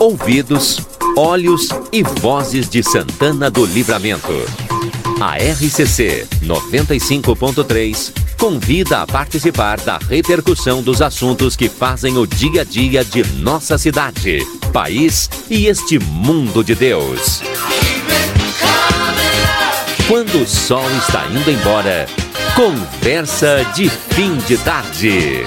ouvidos, olhos e vozes de Santana do Livramento. A RCC 95.3 convida a participar da repercussão dos assuntos que fazem o dia a dia de nossa cidade, país e este mundo de Deus. Quando o sol está indo embora, conversa de fim de tarde.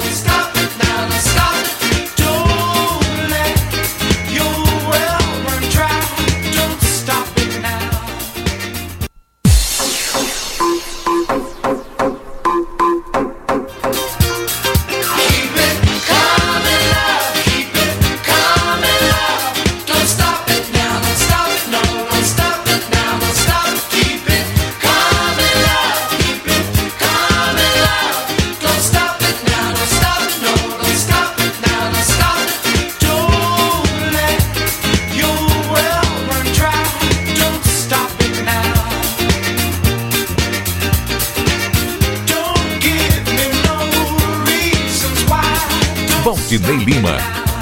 Valdinei Lima.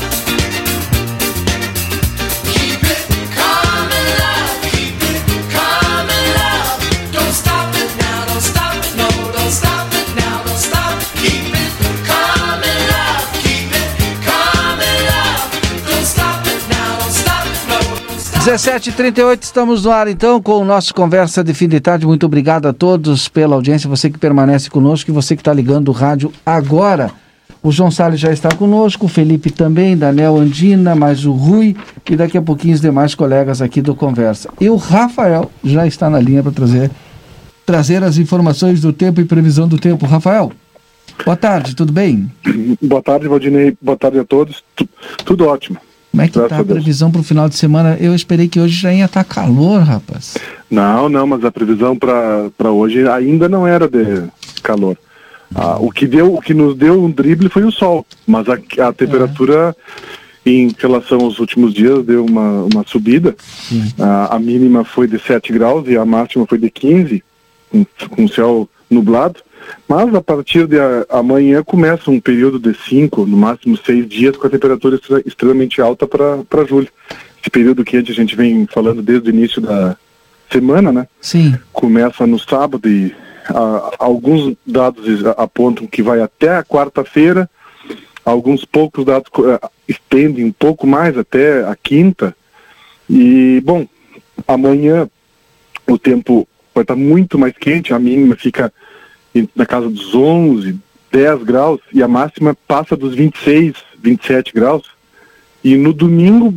Dezessete 38, estamos no ar então com o nosso Conversa de Fim de Tarde. Muito obrigado a todos pela audiência, você que permanece conosco e você que está ligando o rádio agora. O João Salles já está conosco, o Felipe também, Daniel Andina, mais o Rui e daqui a pouquinho os demais colegas aqui do Conversa. E o Rafael já está na linha para trazer as informações do tempo e previsão do tempo. Rafael, boa tarde, tudo bem? Boa tarde, Valdinei, boa tarde a todos, tudo ótimo. Como é que está a previsão para o final de semana? Eu esperei que hoje já ia estar calor, rapaz. Não, mas a previsão para hoje ainda não era de calor. O que nos deu um drible foi o sol, mas a temperatura em relação aos últimos dias deu uma subida. A mínima foi de 7 graus e a máxima foi de 15, com o céu nublado. Mas a partir de amanhã começa um período de 5, no máximo 6 dias, com a temperatura extremamente alta para julho. Esse período quente a gente vem falando desde o início da semana, né? Sim. Começa no sábado e alguns dados apontam que vai até a quarta-feira, alguns poucos dados estendem um pouco mais até a quinta. E, bom, amanhã o tempo vai estar muito mais quente, a mínima fica na casa dos 11, 10 graus e a máxima passa dos 26, 27 graus. E no domingo,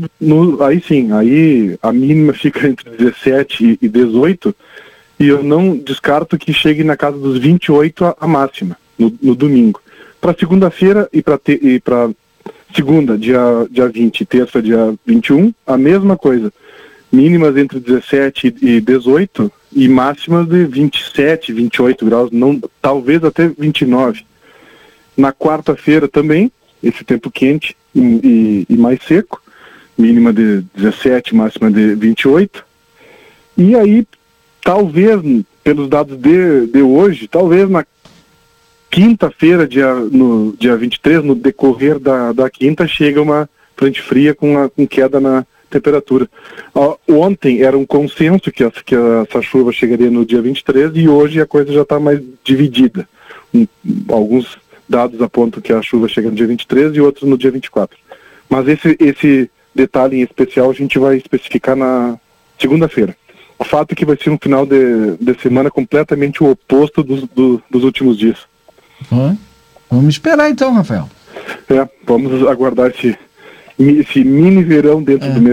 aí a mínima fica entre 17 e 18 e eu não descarto que chegue na casa dos 28 a máxima, no domingo. Para segunda-feira e para segunda, dia 20, terça, dia 21, a mesma coisa. Mínimas entre 17 e 18 e máximas de 27, 28 graus, talvez até 29. Na quarta-feira também, esse tempo quente e mais seco, mínima de 17, máxima de 28. E aí, talvez, pelos dados de hoje, talvez na quinta-feira, no dia 23, no decorrer da quinta, chega uma frente fria com queda na temperatura. Ontem era um consenso que essa chuva chegaria no dia 23 e hoje a coisa já está mais dividida. Alguns dados apontam que a chuva chega no dia 23 e outros no dia 24. Mas esse detalhe em especial a gente vai especificar na segunda-feira. O fato é que vai ser um final de semana completamente o oposto dos últimos dias. Vamos esperar então, Rafael. Vamos aguardar esse mini verão dentro do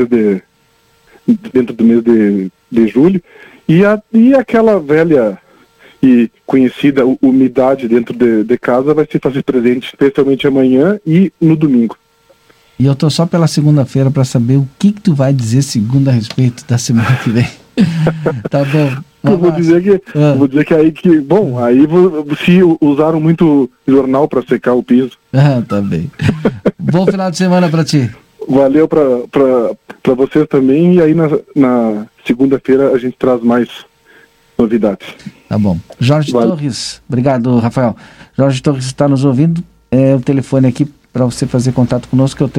mês de julho e aquela velha e conhecida umidade dentro de casa vai se fazer presente especialmente amanhã e no domingo. E eu tô só pela segunda-feira para saber o que tu vai dizer segunda a respeito da semana que vem. Tá bom. Eu vou dizer que aí se usaram muito jornal para secar o piso. Tá bem. Bom final de semana para ti. Valeu para vocês também e aí na segunda-feira a gente traz mais novidades. Tá bom. Jorge Torres, obrigado, Rafael. Jorge Torres está nos ouvindo. O telefone aqui para você fazer contato conosco, que é o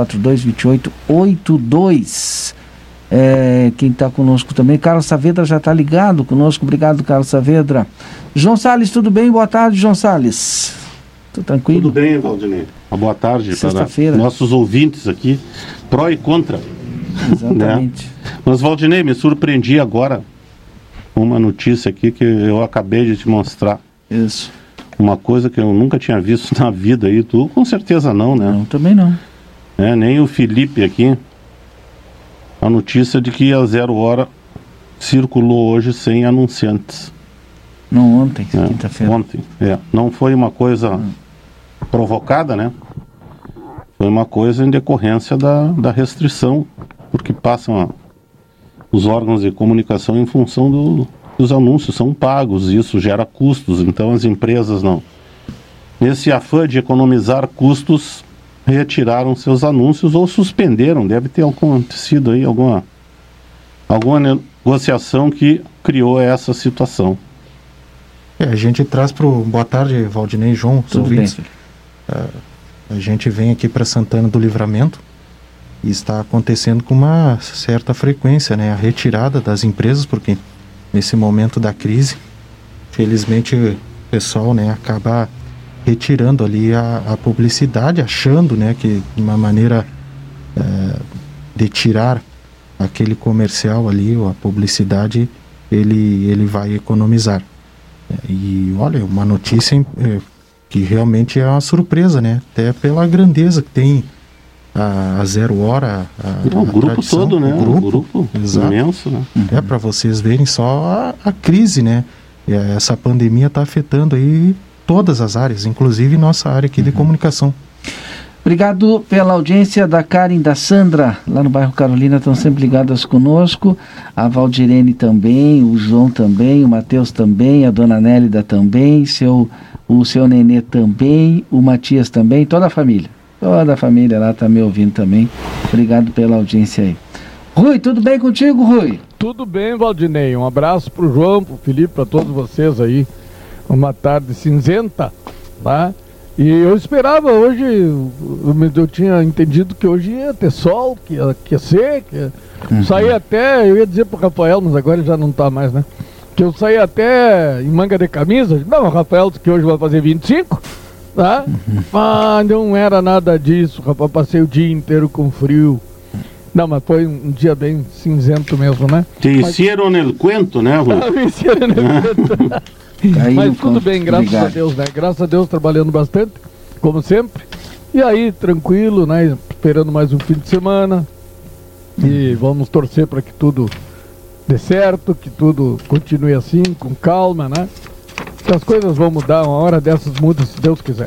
3242-2882. Quem está conosco também, Carlos Saavedra já está ligado conosco. Obrigado, Carlos Saavedra. João Salles, tudo bem? Boa tarde, João Salles. Tudo tranquilo? Tudo bem, Valdinei. Uma boa tarde para nossos ouvintes aqui, pró e contra. Exatamente. Né? Mas, Valdinei, me surpreendi agora com uma notícia aqui que eu acabei de te mostrar. Isso. Uma coisa que eu nunca tinha visto na vida aí, tu com certeza não, né? Não, também não. Nem o Felipe aqui. A notícia de que a 0 hora circulou hoje sem anunciantes. Não, ontem, quinta-feira. Ontem, não foi uma coisa provocada, né? Foi uma coisa em decorrência da restrição, porque passam os órgãos de comunicação em função dos anúncios, são pagos, isso gera custos, então as empresas não. Nesse afã de economizar custos, retiraram seus anúncios ou suspenderam, deve ter acontecido aí alguma negociação que criou essa situação. A gente traz para o... Boa tarde, Valdinei e João. Tudo bem. A gente vem aqui para Santana do Livramento e está acontecendo com uma certa frequência, né? A retirada das empresas, porque nesse momento da crise, felizmente o pessoal, né, acaba retirando ali a publicidade, achando, né, que de uma maneira de tirar aquele comercial ali, ou a publicidade, ele vai economizar. E olha, uma notícia que realmente é uma surpresa, né? Até pela grandeza que tem a 0 hora, o grupo tradição, todo, né? O grupo imenso, né? Para vocês verem só a crise, né? Essa pandemia está afetando aí todas as áreas, inclusive nossa área aqui de comunicação. Obrigado pela audiência da Karen e da Sandra, lá no bairro Carolina, estão sempre ligadas conosco, a Valdirene também, o João também, o Matheus também, a dona Nélida também, o seu Nenê também, o Matias também, toda a família lá está me ouvindo também. Obrigado pela audiência aí. Rui, tudo bem contigo, Rui? Tudo bem, Valdinei, um abraço para o João, para o Felipe, para todos vocês aí, uma tarde cinzenta, tá? E eu esperava hoje, eu tinha entendido que hoje ia ter sol, que ia ser, saí até, eu ia dizer pro Rafael, mas agora ele já não tá mais, né? Que eu saí até em manga de camisa, não, o Rafael disse que hoje vai fazer 25, tá? Mas não era nada disso, rapaz, passei o dia inteiro com frio. Não, mas foi um dia bem cinzento mesmo, né? Te hicieron el cuento, né, Rui? Me hicieron el cuento. Mas tudo bem, graças a Deus, né? Graças a Deus, trabalhando bastante, como sempre. E aí, tranquilo, né? Esperando mais um fim de semana. E vamos torcer para que tudo dê certo, que tudo continue assim, com calma, né? Que as coisas vão mudar, uma hora dessas muda, se Deus quiser.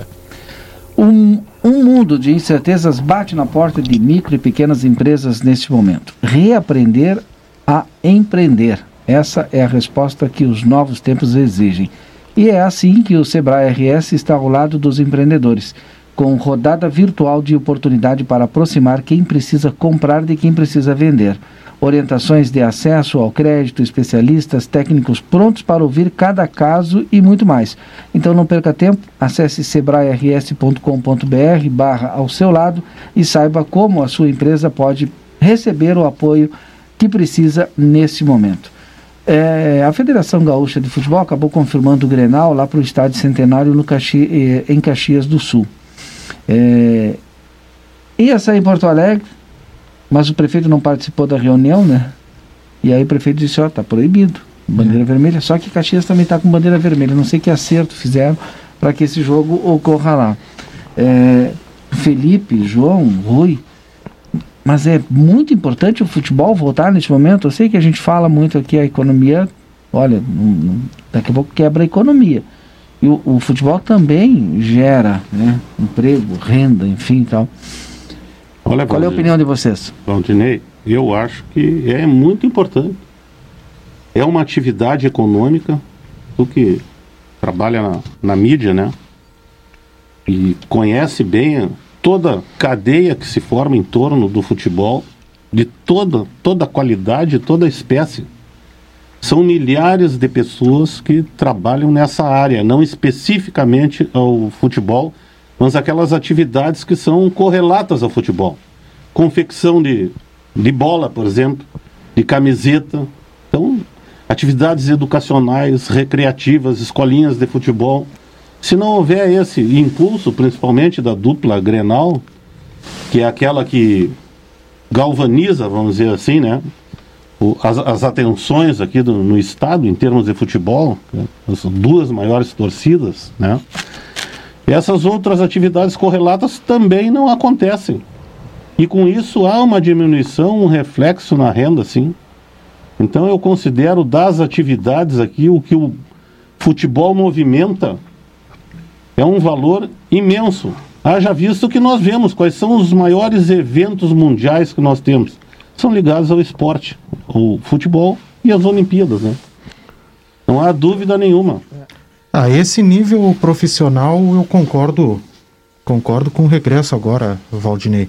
Um mundo de incertezas bate na porta de micro e pequenas empresas neste momento. Reaprender a empreender. Essa é a resposta que os novos tempos exigem. E é assim que o Sebrae RS está ao lado dos empreendedores, com rodada virtual de oportunidade para aproximar quem precisa comprar de quem precisa vender. Orientações de acesso ao crédito, especialistas, técnicos prontos para ouvir cada caso e muito mais. Então não perca tempo, acesse sebrae-rs.com.br/ao seu lado e saiba como a sua empresa pode receber o apoio que precisa nesse momento. A Federação Gaúcha de Futebol acabou confirmando o Grenal lá para o Estádio Centenário em Caxias do Sul. Ia sair em Porto Alegre, mas o prefeito não participou da reunião, né? E aí o prefeito disse, está proibido, bandeira vermelha, só que Caxias também está com bandeira vermelha, não sei que acerto fizeram para que esse jogo ocorra lá. Felipe, João, Rui, mas é muito importante o futebol voltar nesse momento. Eu sei que a gente fala muito aqui a economia, olha, daqui a pouco quebra a economia. E o futebol também gera, né, emprego, renda, enfim e tal. Olha, qual é a opinião de vocês? Valdinei, eu acho que é muito importante. É uma atividade econômica, tu que trabalha na mídia, né? E conhece bem toda a cadeia que se forma em torno do futebol, de toda a qualidade, toda a espécie. São milhares de pessoas que trabalham nessa área, não especificamente ao futebol, mas aquelas atividades que são correlatas ao futebol. Confecção de bola, por exemplo, de camiseta. Então, atividades educacionais, recreativas, escolinhas de futebol. Se não houver esse impulso, principalmente da dupla Grenal, que é aquela que galvaniza, vamos dizer assim, né, as atenções aqui no estado, em termos de futebol, né, as duas maiores torcidas, né, e essas outras atividades correlatas também não acontecem. E com isso há uma diminuição, um reflexo na renda, sim. Então eu considero das atividades aqui, o que o futebol movimenta é um valor imenso. Haja visto que nós vemos quais são os maiores eventos mundiais que nós temos. São ligados ao esporte, o futebol e as Olimpíadas, né? Não há dúvida nenhuma. A esse nível profissional eu concordo com o regresso agora, Valdinei.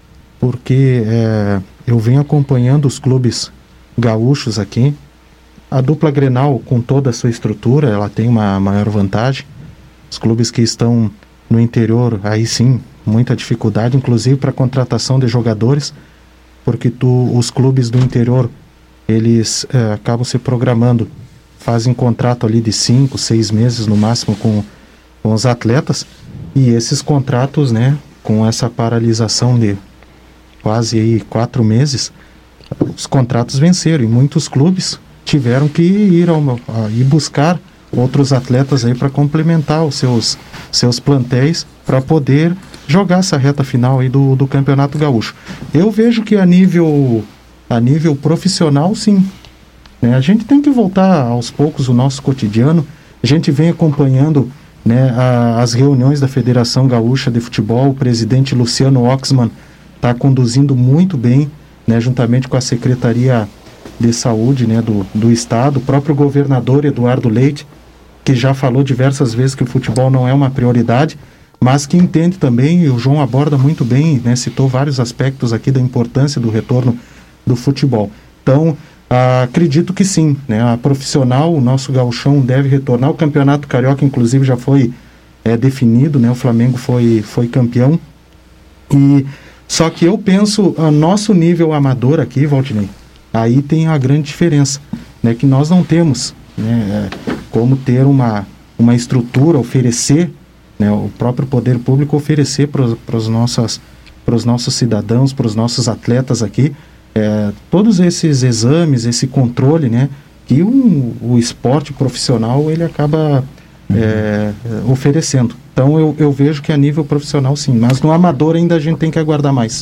Porque eu venho acompanhando os clubes gaúchos aqui. A dupla Grenal, com toda a sua estrutura, ela tem uma maior vantagem. Os clubes que estão no interior, aí sim, muita dificuldade, inclusive para a contratação de jogadores, porque os clubes do interior, eles acabam se programando, fazem contrato ali de 5, 6 meses no máximo com os atletas, e esses contratos, né, com essa paralisação de quase aí 4 meses, os contratos venceram, e muitos clubes tiveram que ir buscar outros atletas aí para complementar os seus plantéis para poder jogar essa reta final aí do Campeonato Gaúcho. Eu vejo que a nível profissional, sim, né, a gente tem que voltar aos poucos o nosso cotidiano. A gente vem acompanhando, né, as reuniões da Federação Gaúcha de Futebol. O presidente Luciano Oxman está conduzindo muito bem, né, juntamente com a Secretaria de Saúde, né, do Estado, o próprio governador Eduardo Leite, que já falou diversas vezes que o futebol não é uma prioridade, mas que entende também, e o João aborda muito bem, né, citou vários aspectos aqui da importância do retorno do futebol. Então, acredito que sim, né, a profissional, o nosso gauchão deve retornar. O Campeonato Carioca, inclusive, já foi definido, né, o Flamengo foi campeão. E só que eu penso, a nosso nível amador aqui, Valdinei, aí tem a grande diferença, né, que nós não temos, né, como ter uma estrutura, oferecer, né, o próprio poder público oferecer para os nossos cidadãos, para os nossos atletas aqui, todos esses exames, esse controle, né, que o esporte profissional ele acaba oferecendo. Então eu vejo que a nível profissional sim, mas no amador ainda a gente tem que aguardar mais.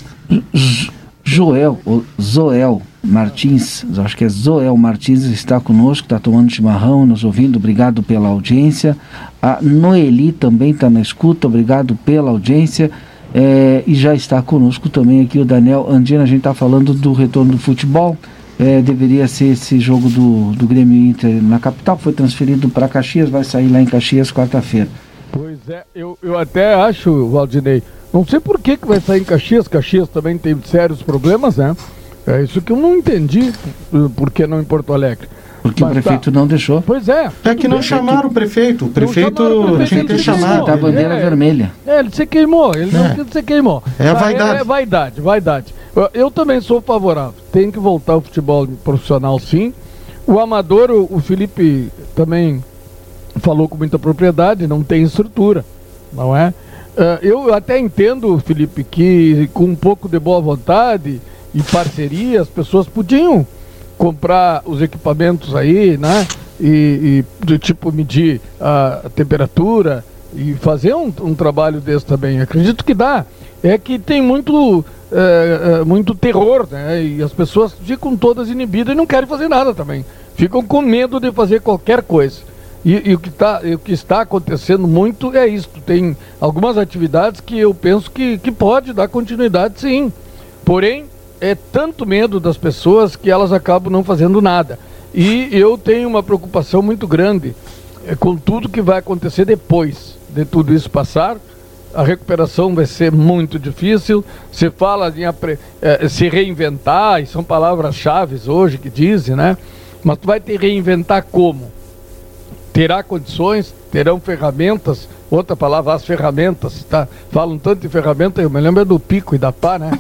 Zoel Martins, acho que é Zoel Martins, está conosco, está tomando chimarrão, nos ouvindo, obrigado pela audiência. A Noeli também está na escuta, obrigado pela audiência. E já está conosco também aqui o Daniel Andina. A gente está falando do retorno do futebol. Deveria ser esse jogo do Grêmio Inter na capital, foi transferido para Caxias, vai sair lá em Caxias quarta-feira. Pois é, eu até acho, Valdinei, não sei por que vai sair em Caxias também tem sérios problemas, né? É isso que eu não entendi, por que não em Porto Alegre. Porque o prefeito não deixou. Pois é. É que não chamaram o prefeito. O prefeito tinha que ter chamado. Da bandeira vermelha. Ele se queimou. Ele não se queimou. É a vaidade. É vaidade. Eu também sou favorável. Tem que voltar o futebol profissional, sim. O amador, o Felipe também falou com muita propriedade, não tem estrutura, não é? Eu até entendo, Felipe, que com um pouco de boa vontade e parceria, as pessoas podiam comprar os equipamentos aí, né? E de tipo medir a temperatura e fazer um trabalho desse também. Acredito que dá. É que tem muito terror, né? E as pessoas ficam todas inibidas e não querem fazer nada também. Ficam com medo de fazer qualquer coisa. E o que está acontecendo muito é isso. Tem algumas atividades que eu penso que pode dar continuidade, sim. Porém, é tanto medo das pessoas que elas acabam não fazendo nada. E eu tenho uma preocupação muito grande com tudo que vai acontecer depois de tudo isso passar. A recuperação vai ser muito difícil. Se fala em se reinventar, e são palavras-chave hoje que dizem, né? Mas tu vai te reinventar como? Terá condições, terão ferramentas outra palavra, as ferramentas, tá? Falam tanto em ferramenta, eu me lembro do pico e da pá, né?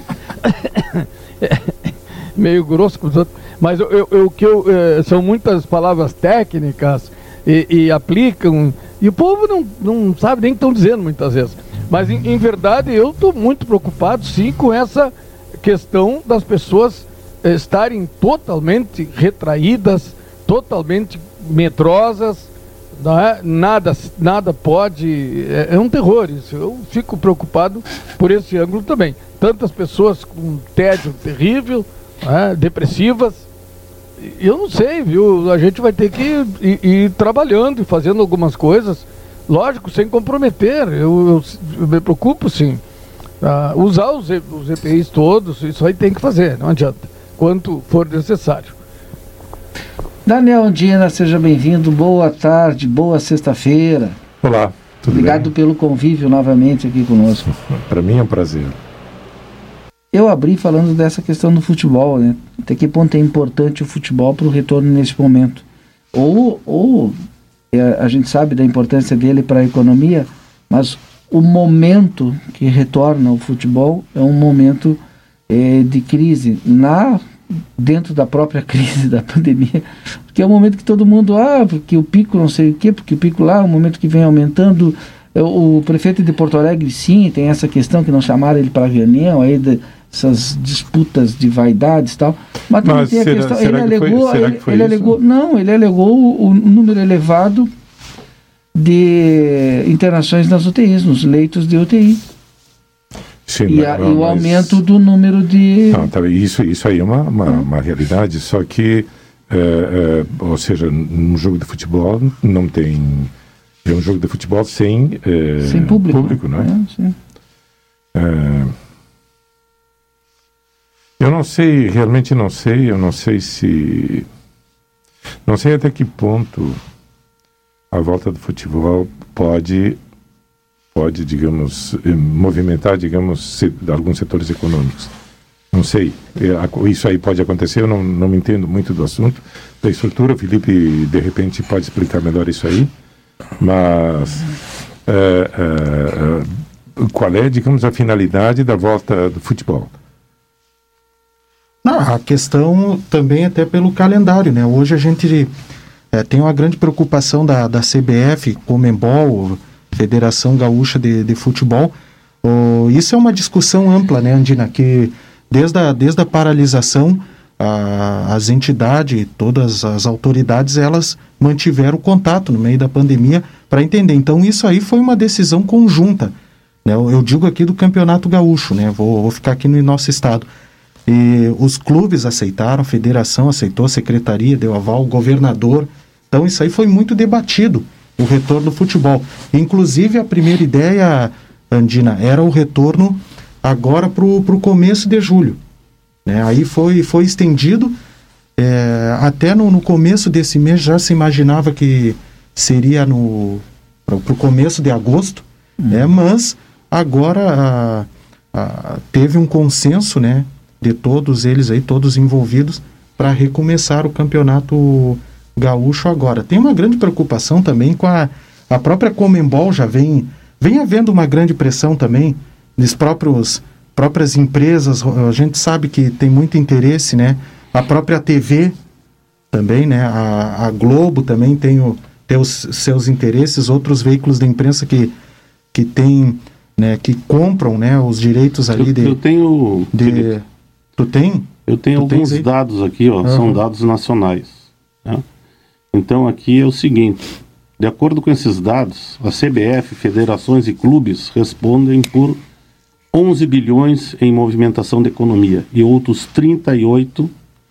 Meio grosso com os outros. Mas são muitas palavras técnicas e aplicam, e o povo não sabe nem o que estão dizendo muitas vezes. Mas, em verdade, eu estou muito preocupado, sim, com essa questão das pessoas estarem totalmente retraídas, totalmente medrosas, não é? Nada pode... É um terror isso. Eu fico preocupado por esse ângulo também. Tantas pessoas com tédio terrível, depressivas. Eu não sei, viu? A gente vai ter que ir trabalhando e fazendo algumas coisas, lógico, sem comprometer. Eu me preocupo, sim. Usar os EPIs todos, isso aí tem que fazer, não adianta, quanto for necessário. Daniel Ondina, seja bem-vindo, boa tarde, boa sexta-feira. Olá, tudo Obrigado bem? pelo convívio novamente aqui conosco. Para mim é um prazer. Eu abri falando dessa questão do futebol, né? Até que ponto é importante o futebol para o retorno nesse momento? Ou a gente sabe da importância dele para a economia, mas o momento que retorna o futebol é um momento de crise dentro da própria crise da pandemia, porque é um momento que todo mundo, porque o pico não sei o quê, porque o pico lá é um momento que vem aumentando. O prefeito de Porto Alegre, sim, tem essa questão que não chamaram ele para a reunião, aí essas disputas de vaidades e tal, mas também tem a questão, ele alegou o número elevado de internações nas UTIs, nos leitos de UTI. Sim, e o aumento do número de... Não, tá, isso aí é uma realidade, só que, ou seja, num jogo de futebol não tem... É um jogo de futebol sem público, não é? Sim. Eu não sei, realmente não sei, eu não sei se... Não sei até que ponto a volta do futebol pode, digamos, movimentar, digamos, alguns setores econômicos. Não sei. Isso aí pode acontecer, eu não me entendo muito do assunto, da estrutura. O Felipe, de repente, pode explicar melhor isso aí. Mas qual é, digamos, a finalidade da volta do futebol? Não, a questão também até pelo calendário, né? Hoje a gente tem uma grande preocupação da CBF, Conmebol, Federação Gaúcha de Futebol. Isso é uma discussão ampla, né, Andina? Que desde a paralisação, as entidades, todas as autoridades, elas mantiveram contato no meio da pandemia para entender. Então isso aí foi uma decisão conjunta, né? Eu digo aqui do Campeonato Gaúcho, né? Vou ficar aqui no nosso estado. E os clubes aceitaram, a federação aceitou, a secretaria deu aval, o governador. Então isso aí foi muito debatido, o retorno do futebol. Inclusive a primeira ideia, Andina, era o retorno agora para o começo de julho. Né? Aí foi estendido, até no começo desse mês já se imaginava que seria para o começo de agosto, mas agora teve um consenso, né, de todos eles aí, todos envolvidos, para recomeçar o Campeonato Gaúcho agora. Tem uma grande preocupação também com a própria Conmebol, já vem havendo uma grande pressão também nas próprias empresas. A gente sabe que tem muito interesse, né? A própria TV também, né? A Globo também tem os seus interesses, outros veículos da imprensa que tem, né? Que compram, né? Os direitos ali eu tenho... Tu tem? Eu tenho alguns dados aqui, ó, são dados nacionais. Né? Então aqui é o seguinte, de acordo com esses dados, a CBF, federações e clubes respondem por 11 bilhões em movimentação da economia e outros 38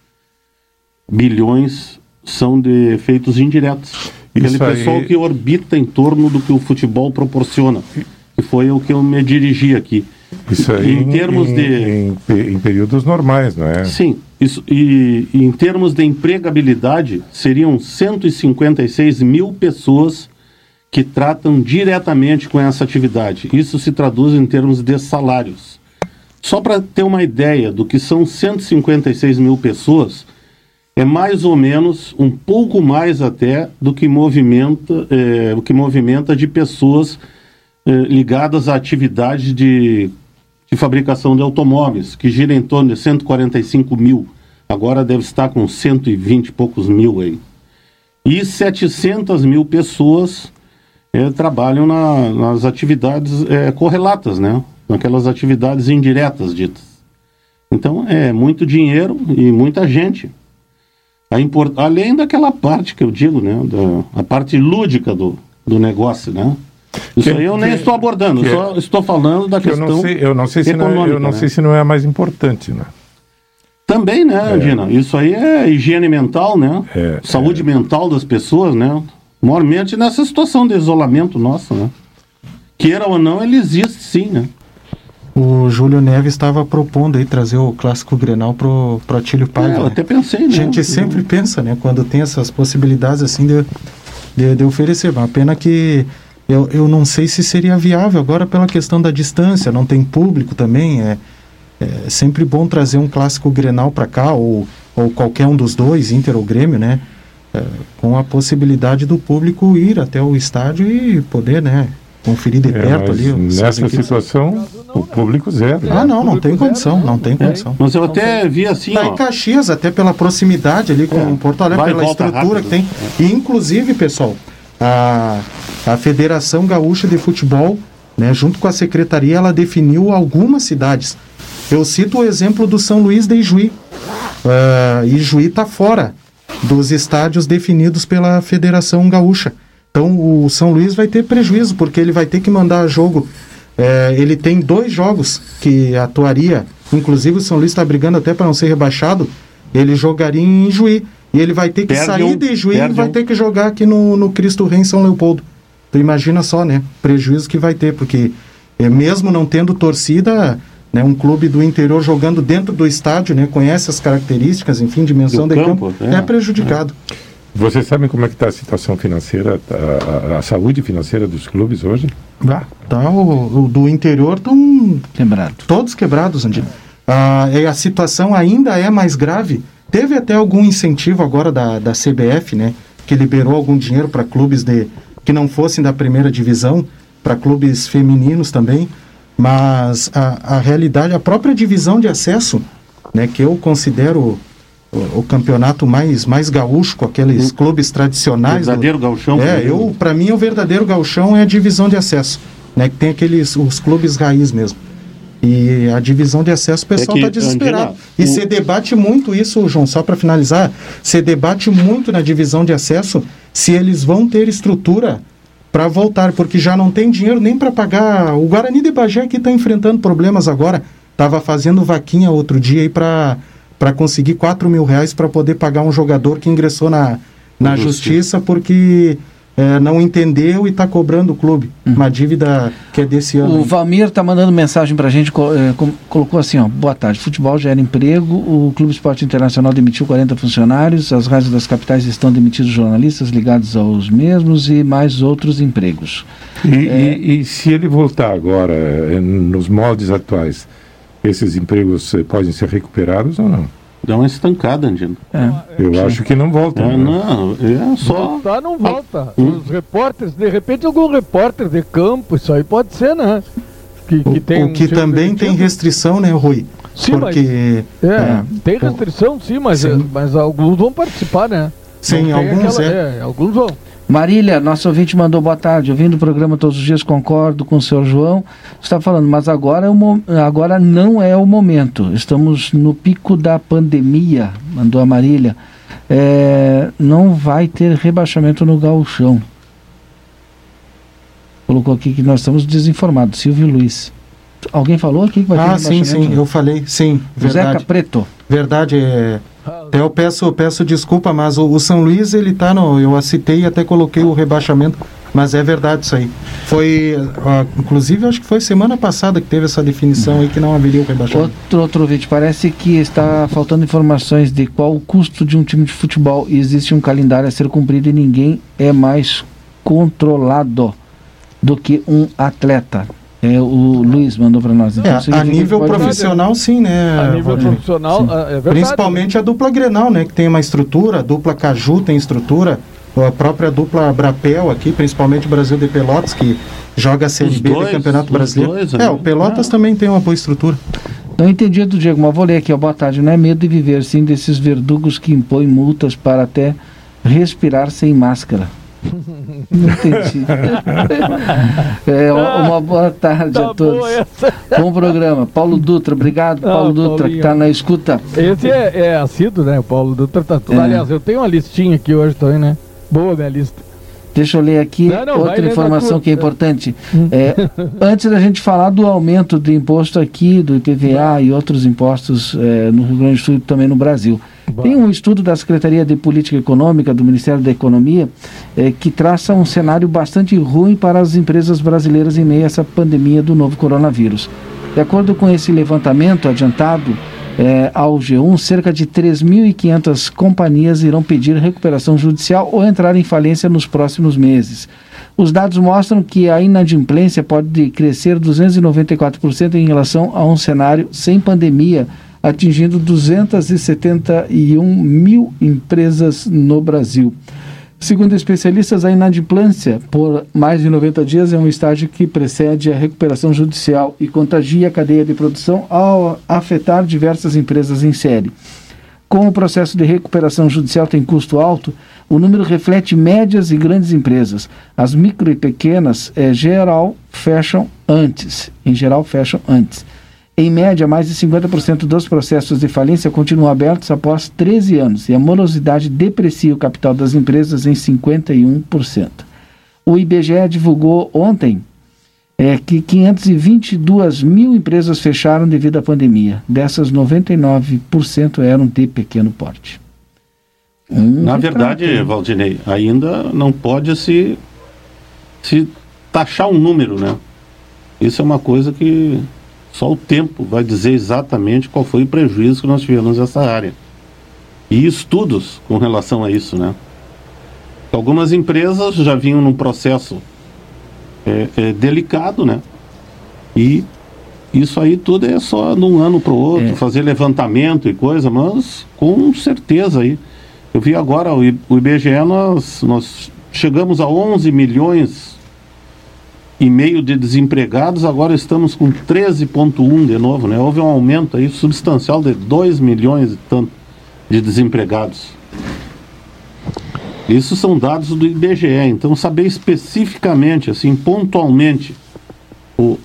bilhões são de efeitos indiretos. Aquele pessoal que orbita em torno do que o futebol proporciona. E foi o que eu me dirigi aqui. Isso aí em períodos normais, não é? Sim, isso, e em termos de empregabilidade, seriam 156 mil pessoas que tratam diretamente com essa atividade. Isso se traduz em termos de salários. Só para ter uma ideia do que são 156 mil pessoas, é mais ou menos, um pouco mais até, do que movimenta de pessoas ligadas à atividade de fabricação de automóveis, que gira em torno de 145 mil. Agora deve estar com 120 e poucos mil aí. E 700 mil pessoas trabalham nas atividades correlatas, né? Naquelas atividades indiretas ditas. Então, é muito dinheiro e muita gente. Além daquela parte que eu digo, né? A parte lúdica do negócio, né? Isso aí eu nem estou abordando, só estou falando da questão eu não sei se não é a mais importante, né? Também, né, Andina? Isso aí é higiene mental, né? Saúde mental das pessoas, né? Maiormente nessa situação de isolamento nosso, né? Queira ou não, ele existe sim, né? O Júlio Neves estava propondo aí trazer o clássico Grenal pro Atílio Paiva. Eu até pensei, né? A gente sempre pensa, né? Quando tem essas possibilidades assim de oferecer. Uma pena que eu não sei se seria viável agora pela questão da distância, não tem público também. É sempre bom trazer um clássico Grenal para cá, ou qualquer um dos dois, Inter ou Grêmio, né? Com a possibilidade do público ir até o estádio e poder, né? Conferir de perto ali. Nessa situação, o público zero. Não tem condição, não tem condição. Mas eu até vi assim, Em Caxias, até pela proximidade ali com Porto Alegre, pela estrutura que tem. E inclusive, pessoal, a Federação Gaúcha de Futebol, né, junto com a Secretaria, ela definiu algumas cidades. Eu cito o exemplo do São Luís de Ijuí. Ijuí está fora dos estádios definidos pela Federação Gaúcha. Então o São Luís vai ter prejuízo, porque ele vai ter que mandar jogo. Ele tem 2 jogos que atuaria, inclusive o São Luís está brigando até para não ser rebaixado, ele jogaria em Ijuí. E ele vai ter que sair de Ijuí e vai ter que jogar aqui no Cristo Rei em São Leopoldo. Então imagina só, né? Prejuízo que vai ter, porque mesmo não tendo torcida, né, um clube do interior jogando dentro do estádio, né, conhece as características, enfim, dimensão do campo, é prejudicado. Vocês sabem como é que está a situação financeira, a saúde financeira dos clubes hoje? O do interior estão todos quebrados, Andino. A situação ainda é mais grave. Teve até algum incentivo agora da CBF, né, que liberou algum dinheiro para clubes que não fossem da primeira divisão, para clubes femininos também, mas a realidade, a própria divisão de acesso, né, que eu considero o campeonato mais gaúcho, com aqueles clubes tradicionais. Verdadeiro gauchão. Para mim, o verdadeiro gauchão é a divisão de acesso, né, que tem os clubes raiz mesmo. E a divisão de acesso, o pessoal está desesperado. E se debate muito isso, João, só para finalizar, se debate muito na divisão de acesso se eles vão ter estrutura para voltar, porque já não tem dinheiro nem para pagar. O Guarani de Bagé aqui está enfrentando problemas agora. Estava fazendo vaquinha outro dia aí para conseguir R$4.000 para poder pagar um jogador que ingressou na justiça porque não entendeu e está cobrando o clube. Uma dívida que é desse ano. O Valmir está mandando mensagem para a gente, colocou assim, boa tarde, futebol gera emprego, o Clube Esporte Internacional demitiu 40 funcionários, as rádios das capitais estão demitindo jornalistas ligados aos mesmos e mais outros empregos. E se ele voltar agora, nos moldes atuais, esses empregos podem ser recuperados ou não? Dá uma estancada, Andino. Eu acho que não volta. Não, só... Voltar não volta. Os repórteres, de repente algum repórter de campo, isso aí pode ser, né? Que também tem restrição, né, Rui? Sim, porque... tem restrição, sim, mas alguns vão participar, né? Sim, alguns alguns vão. Marília, nosso ouvinte mandou boa tarde, ouvindo o programa todos os dias, concordo com o senhor João, está falando, mas agora não é o momento, estamos no pico da pandemia, mandou a Marília, não vai ter rebaixamento no gauchão. Colocou aqui que nós estamos desinformados, Silvio Luiz. Alguém falou aqui que vai ter rebaixamento? Sim, eu falei, sim, verdade. Zeca Preto. Verdade, até eu peço desculpa, mas o São Luís, ele tá eu citei e até coloquei o rebaixamento, mas é verdade isso aí. Foi, inclusive, acho que foi semana passada que teve essa definição aí que não haveria o rebaixamento. Outro ouvinte, parece que está faltando informações de qual o custo de um time de futebol e existe um calendário a ser cumprido e ninguém é mais controlado do que um atleta. O Luiz mandou para nós. Então, a nível profissional, sim, né? A nível profissional, é verdade. Principalmente a dupla Grenal, né? Que tem uma estrutura, a dupla Caju tem estrutura, a própria dupla Brapel aqui, principalmente o Brasil de Pelotas, que joga a Série B do Campeonato Brasileiro. O Pelotas também tem uma boa estrutura. Não entendi do Diego, mas vou ler aqui, boa tarde. Não é medo de viver, sim, desses verdugos que impõem multas para até respirar sem máscara. Não entendi. Uma boa tarde a todos. Bom programa. Paulo Dutra, obrigado, Paulo Dutra, Paulinho, que está na escuta. Esse é assíduo, né? O Paulo Dutra tá tudo. Aliás, eu tenho uma listinha aqui hoje também, né? Boa minha lista. Deixa eu ler aqui outra informação que é importante. Antes da gente falar do aumento do imposto aqui, do IPVA e outros impostos no Rio Grande do Sul e também no Brasil. Tem um estudo da Secretaria de Política Econômica do Ministério da Economia que traça um cenário bastante ruim para as empresas brasileiras em meio a essa pandemia do novo coronavírus. De acordo com esse levantamento adiantado ao G1, cerca de 3.500 companhias irão pedir recuperação judicial ou entrar em falência nos próximos meses. Os dados mostram que a inadimplência pode crescer 294% em relação a um cenário sem pandemia, atingindo 271 mil empresas no Brasil. Segundo especialistas, a inadimplência por mais de 90 dias é um estágio que precede a recuperação judicial e contagia a cadeia de produção ao afetar diversas empresas em série. Como o processo de recuperação judicial tem custo alto, o número reflete médias e grandes empresas. As micro e pequenas, em geral, fecham antes. Em média, mais de 50% dos processos de falência continuam abertos após 13 anos e a morosidade deprecia o capital das empresas em 51%. O IBGE divulgou ontem que 522 mil empresas fecharam devido à pandemia. Dessas, 99% eram de pequeno porte. Na verdade, Valdinei, ainda não pode se taxar um número, né? Isso é uma coisa que só o tempo vai dizer exatamente qual foi o prejuízo que nós tivemos nessa área. E estudos com relação a isso, né? Algumas empresas já vinham num processo delicado, né? E isso aí tudo é só de um ano para o outro, fazer levantamento e coisa, mas com certeza aí. Eu vi agora o IBGE, nós chegamos a 11 milhões e meio de desempregados, agora estamos com 13,1 de novo, né? Houve um aumento aí substancial de 2 milhões e tanto de desempregados. Isso são dados do IBGE, então saber especificamente, assim, pontualmente, o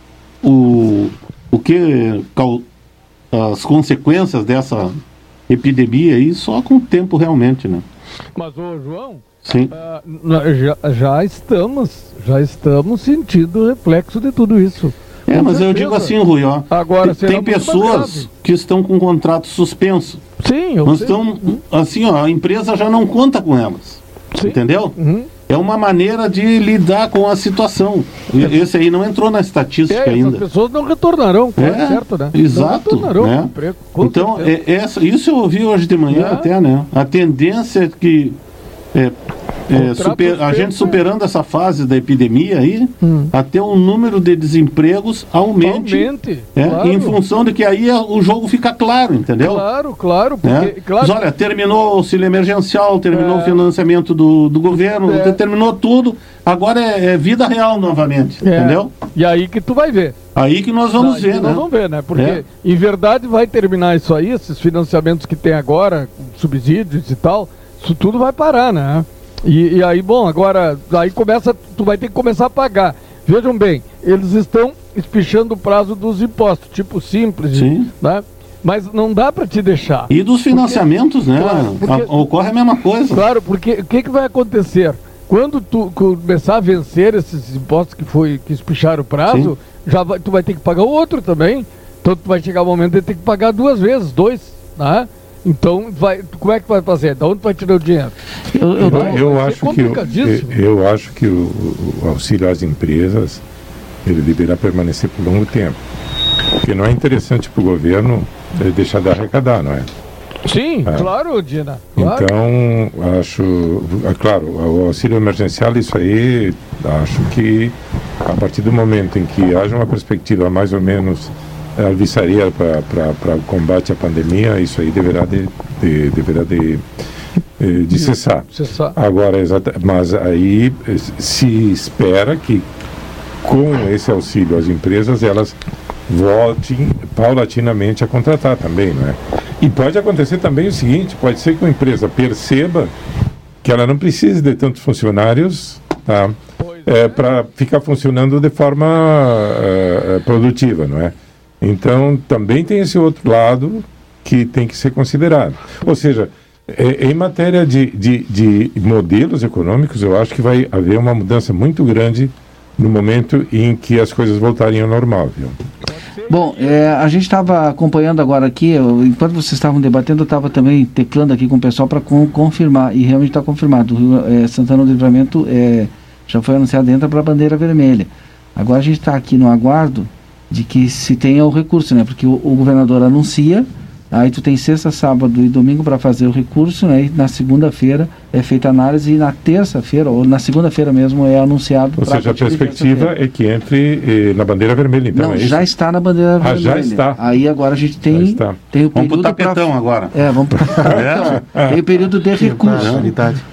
que as consequências dessa epidemia aí, só com o tempo realmente, né? Mas, ô João, sim. Já estamos sentindo o reflexo de tudo isso. Mas certeza. Eu digo assim, Rui, ó, agora, tem pessoas que estão com contrato suspenso. Sim, eu sei. Então, assim, ó, a empresa já não conta com elas. Sim. Entendeu? Uhum. É uma maneira de lidar com a situação. Esse aí não entrou na estatística ainda. As pessoas não retornarão, certo, né? Exato. Não retornarão, né? Emprego, então, isso eu ouvi hoje de manhã até, né? A tendência é que a gente superando essa fase da epidemia aí, até o número de desempregos aumente. Claro. Em função de que aí o jogo fica claro, entendeu? Claro. Porque, Mas olha, terminou o auxílio emergencial, terminou o financiamento do governo, terminou tudo, agora é vida real novamente, entendeu? E aí que tu vai ver. Aí que nós vamos ver, né? Nós vamos ver, né? Porque, em verdade, vai terminar isso aí, esses financiamentos que tem agora, subsídios e tal, isso tudo vai parar, né? E aí, bom, agora, aí tu vai ter que começar a pagar. Vejam bem, eles estão espichando o prazo dos impostos, tipo simples, né? Mas não dá para te deixar. E dos financiamentos, né? Ocorre a mesma coisa. Claro, porque o que vai acontecer? Quando tu começar a vencer esses impostos que espicharam o prazo, tu vai ter que pagar o outro também. Então tu vai chegar o momento de ter que pagar duas vezes, né? Então, como é que vai fazer? Da onde vai tirar o dinheiro? Eu acho que o auxílio às empresas ele deverá permanecer por longo tempo. Porque não é interessante para o governo deixar de arrecadar, não é? Sim, claro, Dina. Claro. Então, acho... claro, o auxílio emergencial, isso aí, acho que a partir do momento em que haja uma perspectiva mais ou menos alvissaria para o combate à pandemia, isso aí deverá de de cessar. Agora, mas aí se espera que com esse auxílio às empresas elas voltem paulatinamente a contratar também, não é? E pode acontecer também o seguinte, pode ser que uma empresa perceba que ela não precisa de tantos funcionários, tá? Para ficar funcionando de forma produtiva, não é? Então, também tem esse outro lado que tem que ser considerado. Ou seja, em matéria de modelos econômicos, eu acho que vai haver uma mudança muito grande no momento em que as coisas voltarem ao normal, viu? Bom, a gente estava acompanhando agora aqui, enquanto vocês estavam debatendo, eu estava também teclando aqui com o pessoal para confirmar, e realmente está confirmado. Santana do Livramento já foi anunciado, entra para a bandeira vermelha. Agora a gente está aqui no aguardo de que se tenha o recurso, né? Porque o governador anuncia, aí tu tem sexta, sábado e domingo para fazer o recurso, né? E na segunda-feira é feita a análise e na terça-feira, ou na segunda-feira mesmo, é anunciado. Ou seja, a perspectiva é que entre na bandeira vermelha, então. Não, já está na bandeira vermelha. Já está. Aí agora a gente tem o período. Vamos para o tapetão agora. Vamos para o tapetão. Tem o período de recurso.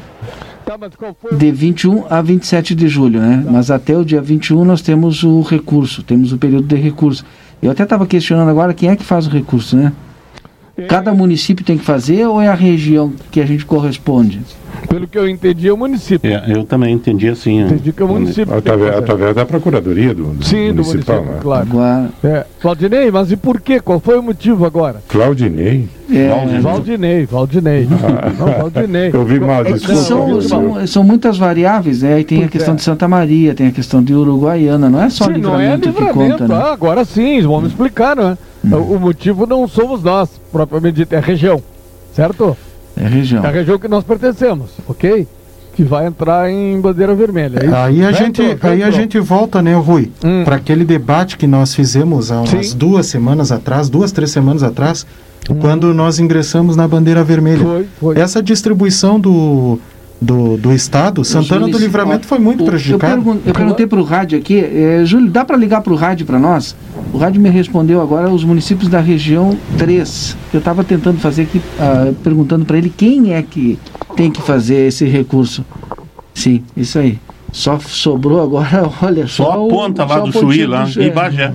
De 21 a 27 de julho, né? Mas até o dia 21 nós temos o recurso, temos o período de recurso. Eu até estava questionando agora quem é que faz o recurso, né? Cada município tem que fazer ou é a região que a gente corresponde? Pelo que eu entendi, é o município. Eu também entendi assim. Entendi que é o município. Através da Procuradoria do municipal, do município, né? claro. Agora... Claudinei, mas e por quê? Qual foi o motivo agora? Claudinei? Valdinei. Não, Valdinei. Eu vi mal, desculpa. São muitas variáveis, né? Aí tem a questão de Santa Maria, tem a questão de Uruguaiana, não é só Livramento que conta, né? Agora sim, vamos explicar, né? O motivo não somos nós, propriamente dito, é a região, certo? É a região. É a região que nós pertencemos, ok? Que vai entrar em bandeira vermelha. Aí a gente volta, né, Rui, para aquele debate que nós fizemos há umas 2, 3 semanas atrás, quando nós ingressamos na bandeira vermelha. Foi. Essa distribuição do Estado, Santana do Livramento foi muito prejudicado. Eu perguntei para o rádio aqui, Júlio, dá para ligar para o rádio para nós? O rádio me respondeu agora os municípios da região 3. Eu estava tentando fazer aqui, perguntando para ele quem é que tem que fazer esse recurso. Sim, isso aí. Só sobrou agora, olha só a ponta lá do Chuí, lá em Bagé.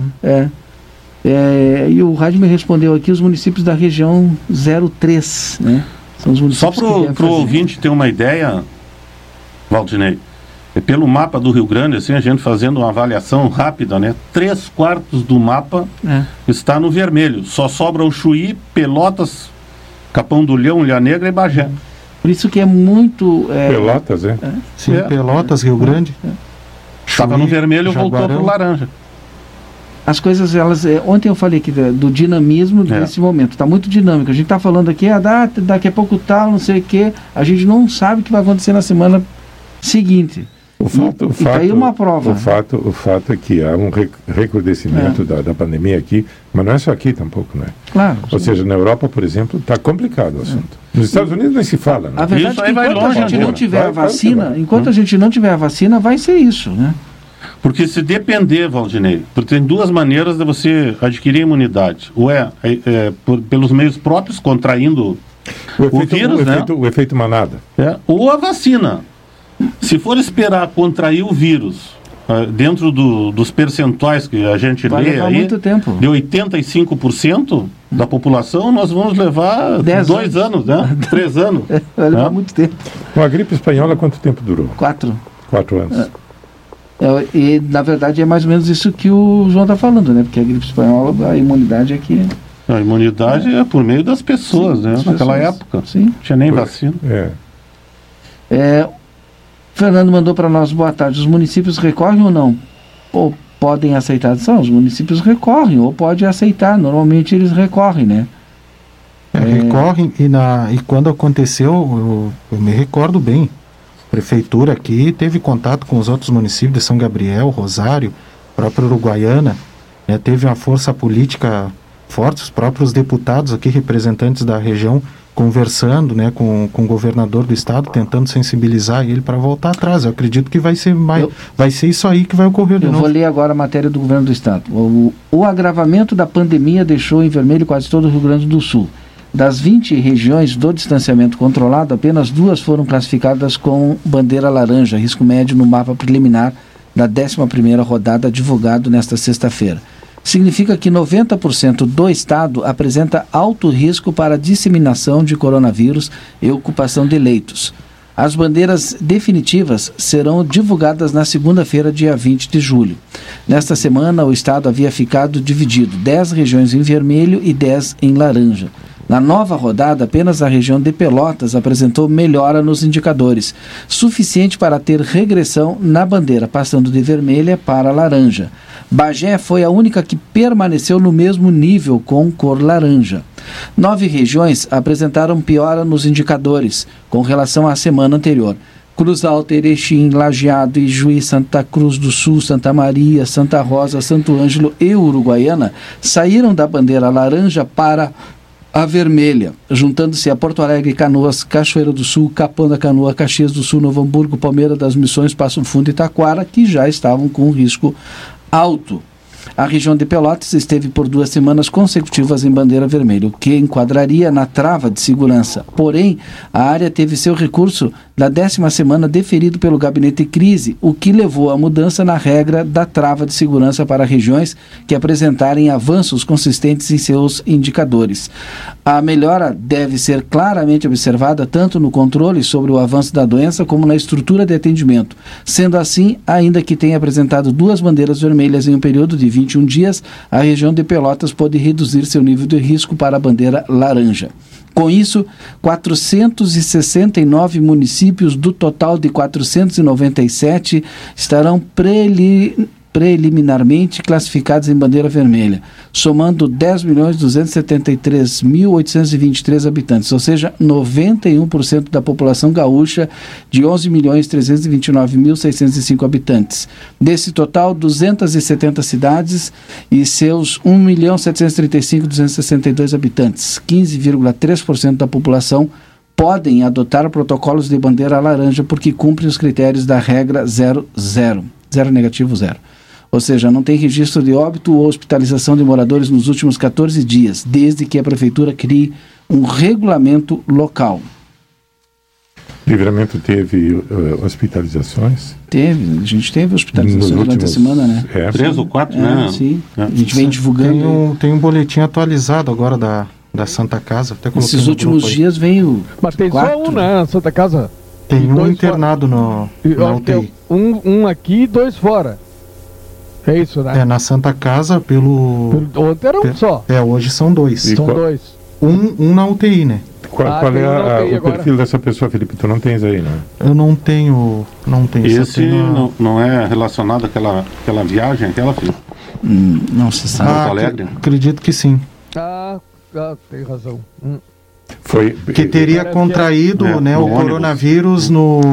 E o rádio me respondeu aqui os municípios da região 03, né? São os municípios. Só para o ouvinte ter uma ideia, Valdinei, pelo mapa do Rio Grande, assim, a gente fazendo uma avaliação rápida, né? 3/4 do mapa está no vermelho. Só sobra o Chuí, Pelotas, Capão do Leão, Ilha Negra e Bagé. Por isso que é muito... Pelotas, Sim, Pelotas, Rio Grande. Estava no vermelho e voltou para o laranja. As coisas, elas... ontem eu falei aqui do dinamismo desse momento. Está muito dinâmico. A gente está falando aqui, daqui a pouco tal, não sei o quê. A gente não sabe o que vai acontecer na semana seguinte. E tá aí uma prova. O fato é que há um recrudescimento da pandemia aqui, mas não é só aqui tampouco, né? Claro. Ou seja, na Europa, por exemplo, está complicado o assunto. Nos Estados Unidos nem se fala, né? A verdade é que enquanto a gente não tiver a vacina, enquanto a gente não tiver a vacina, vai ser isso, né? Porque se depender, Valdinei, porque tem duas maneiras de você adquirir imunidade. Ou pelos meios próprios, contraindo o vírus, o efeito manada. Ou a vacina. Se for esperar contrair o vírus dentro dos percentuais que a gente lê aí, muito tempo. De 85% da população, nós vamos levar 2 anos, né? 3 anos. Vai levar muito tempo. A gripe espanhola, quanto tempo durou? 4 anos. E, na verdade, é mais ou menos isso que o João está falando, né? Porque a gripe espanhola, a imunidade é que... A imunidade é por meio das pessoas, né? Naquela época. Sim. Não tinha nem vacina. Fernando mandou para nós, boa tarde. Os municípios recorrem ou não? Ou podem aceitar? Os municípios recorrem, ou podem aceitar. Normalmente eles recorrem, né? Recorrem, e quando aconteceu, eu me recordo bem. A prefeitura aqui teve contato com os outros municípios de São Gabriel, Rosário, própria Uruguaiana, né? Teve uma força política forte, os próprios deputados aqui, representantes da região, conversando, né, com o governador do estado, tentando sensibilizar ele para voltar atrás. Eu acredito que vai ser isso aí que vai ocorrer de novo. Eu vou ler agora a matéria do governo do estado. O agravamento da pandemia deixou em vermelho quase todo o Rio Grande do Sul. Das 20 regiões do distanciamento controlado, apenas 2 foram classificadas com bandeira laranja, risco médio no mapa preliminar da 11ª rodada divulgado nesta sexta-feira. Significa que 90% do estado apresenta alto risco para a disseminação de coronavírus e ocupação de leitos. As bandeiras definitivas serão divulgadas na segunda-feira, dia 20 de julho. Nesta semana, o estado havia ficado dividido, 10 regiões em vermelho e 10 em laranja. Na nova rodada, apenas a região de Pelotas apresentou melhora nos indicadores, suficiente para ter regressão na bandeira, passando de vermelha para laranja. Bagé foi a única que permaneceu no mesmo nível, com cor laranja. 9 regiões apresentaram piora nos indicadores, com relação à semana anterior. Cruz Alta, Erechim, Lajeado, Ijuí, Santa Cruz do Sul, Santa Maria, Santa Rosa, Santo Ângelo e Uruguaiana saíram da bandeira laranja para a vermelha, juntando-se a Porto Alegre, Canoas, Cachoeira do Sul, Capão da Canoa, Caxias do Sul, Novo Hamburgo, Palmeira das Missões, Passo Fundo e Taquara, que já estavam com risco alto. A região de Pelotas esteve por 2 semanas consecutivas em bandeira vermelha, o que enquadraria na trava de segurança. Porém, a área teve seu recurso da 10ª semana deferido pelo Gabinete Crise, o que levou à mudança na regra da trava de segurança para regiões que apresentarem avanços consistentes em seus indicadores. A melhora deve ser claramente observada tanto no controle sobre o avanço da doença como na estrutura de atendimento. Sendo assim, ainda que tenha apresentado 2 bandeiras vermelhas em um período de 21 dias, a região de Pelotas pode reduzir seu nível de risco para a bandeira laranja. Com isso, 469 municípios do total de 497 estarão preliminarmente classificados em bandeira vermelha, somando 10.273.823 habitantes, ou seja, 91% da população gaúcha de 11.329.605 habitantes. Desse total, 270 cidades e seus 1.735.262 habitantes, 15,3% da população, podem adotar protocolos de bandeira laranja porque cumprem os critérios da regra 0 negativo 0. Ou seja, não tem registro de óbito ou hospitalização de moradores nos últimos 14 dias, desde que a Prefeitura crie um regulamento local. Livramento teve hospitalizações? Teve, a gente teve hospitalizações durante a semana, né? 3 ou 4, né? Sim, a gente vem divulgando. Tem um boletim atualizado agora da Santa Casa. Até esses últimos dias veio. Mas tem 4, só um, né? Santa Casa. Tem um internado na UTI. Um aqui e 2 fora. É isso, né? Na Santa Casa, ontem era um só. Hoje são 2. São 2. Um na UTI, né? Qual é o perfil dessa pessoa, Felipe? Tu não tens aí, né? Eu não tenho. Esse não é relacionado àquela viagem, Felipe? Não se sabe. Porto Alegre? Acredito que sim. Tem razão. Que teria contraído o coronavírus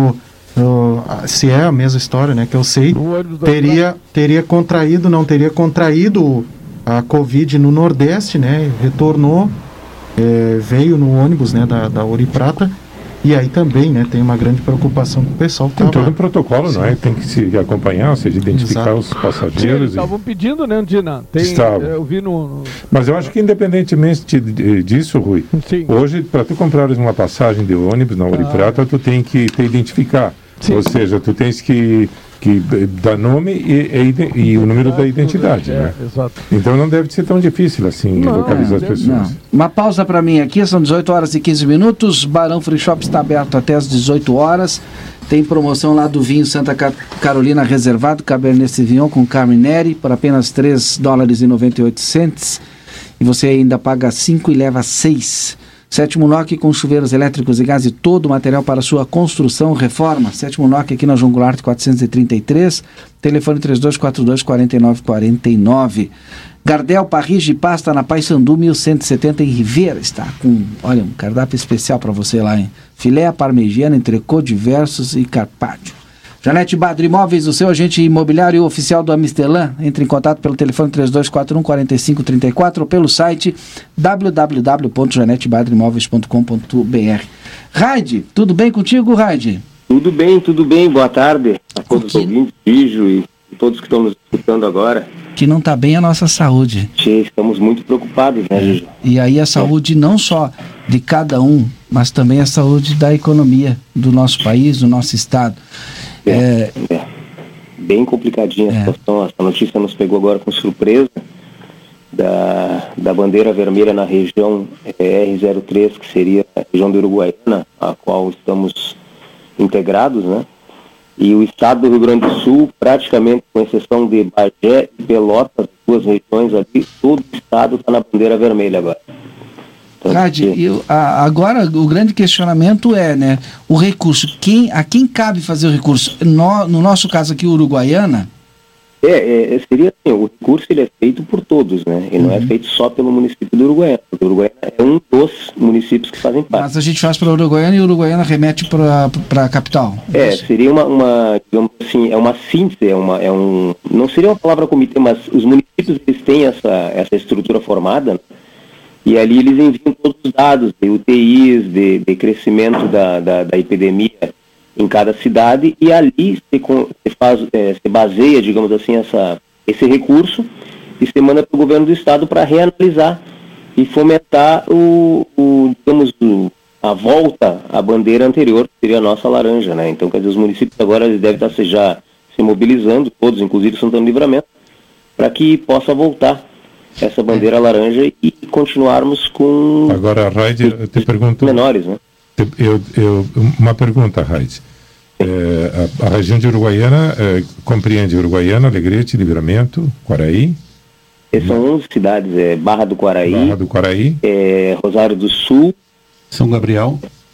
se é a mesma história, né, que eu sei, teria contraído a Covid no Nordeste, né, retornou, veio no ônibus, né, da Ouro e Prata, e aí também, né, tem uma grande preocupação com o pessoal. Tem todo um protocolo, não é? Tem que se acompanhar, ou seja, identificar os passageiros. Estavam pedindo, né, Dina? Eu vi no... Mas eu acho que independentemente disso, Rui, sim, hoje, para tu comprares uma passagem de ônibus na Ouro e Prata, tu tem que te identificar. Sim. Ou seja, tu tens que dar nome e o número da identidade, né? Exato. Então não deve ser tão difícil assim localizar as pessoas. Não. Uma pausa para mim aqui, são 18 horas e 15 minutos. Barão Free Shop está aberto até as 18 horas. Tem promoção lá do vinho Santa Carolina Reservado, Cabernet Sauvignon com Carmineri, por apenas $3,98. E você ainda paga 5 e leva 6. Sétimo NOC com chuveiros elétricos e gás e todo o material para sua construção, reforma. Sétimo NOC aqui na João Goulart 433, telefone 3242-4949. Gardel Parrige Pasta na Paissandu 1170 em Ribeira. Está com, um cardápio especial para você lá, hein? Filé parmegiana, entrecô diversos e carpaccio. Janete Badri Imóveis, o seu agente imobiliário oficial do Amistelã. Entre em contato pelo telefone 3241-4534 ou pelo site www.janetebadrimóveis.com.br. Raide, tudo bem contigo, Raide? Tudo bem. Boa tarde a todos os ouvintes, Bijo e todos que estão nos escutando agora. que não está bem a nossa saúde. Estamos muito preocupados, né, Juju? E aí a saúde não só de cada um, mas também a saúde da economia do nosso país, do nosso estado. Bem complicadinha a situação. Essa notícia nos pegou agora com surpresa da bandeira vermelha na região R03, que seria a região da Uruguaiana, a qual estamos integrados, né? E o estado do Rio Grande do Sul, praticamente, com exceção de Bagé e Pelotas, duas regiões ali, todo o estado está na bandeira vermelha agora. Então, agora o grande questionamento é, né, o recurso, a quem cabe fazer o recurso? No nosso caso aqui, Uruguaiana? Seria assim, o recurso ele é feito por todos, né? Ele não é feito só pelo município do Uruguaiana. O Uruguaiana é um dos municípios que fazem parte. Mas a gente faz para Uruguaiana e Uruguaiana remete para a capital? Seria uma, digamos assim, é uma síntese, não seria uma palavra comitê, mas os municípios eles têm essa estrutura formada, né? E ali eles enviam todos os dados de UTIs, de crescimento da epidemia em cada cidade, e ali se baseia, digamos assim, esse recurso e se manda para o governo do estado para reanalisar e fomentar a volta à bandeira anterior, que seria a nossa laranja, né? Então, quer dizer, os municípios agora eles devem estar já se mobilizando, todos, inclusive Santana do Livramento, para que possa voltar essa bandeira laranja e continuarmos com... Agora, Raide, eu te pergunto... menores, né? Uma pergunta, Raide. A região de Uruguaiana compreende Uruguaiana, Alegrete, Livramento, Quaraí? São 11 cidades, Barra do Quaraí, Rosário do Sul, São Gabriel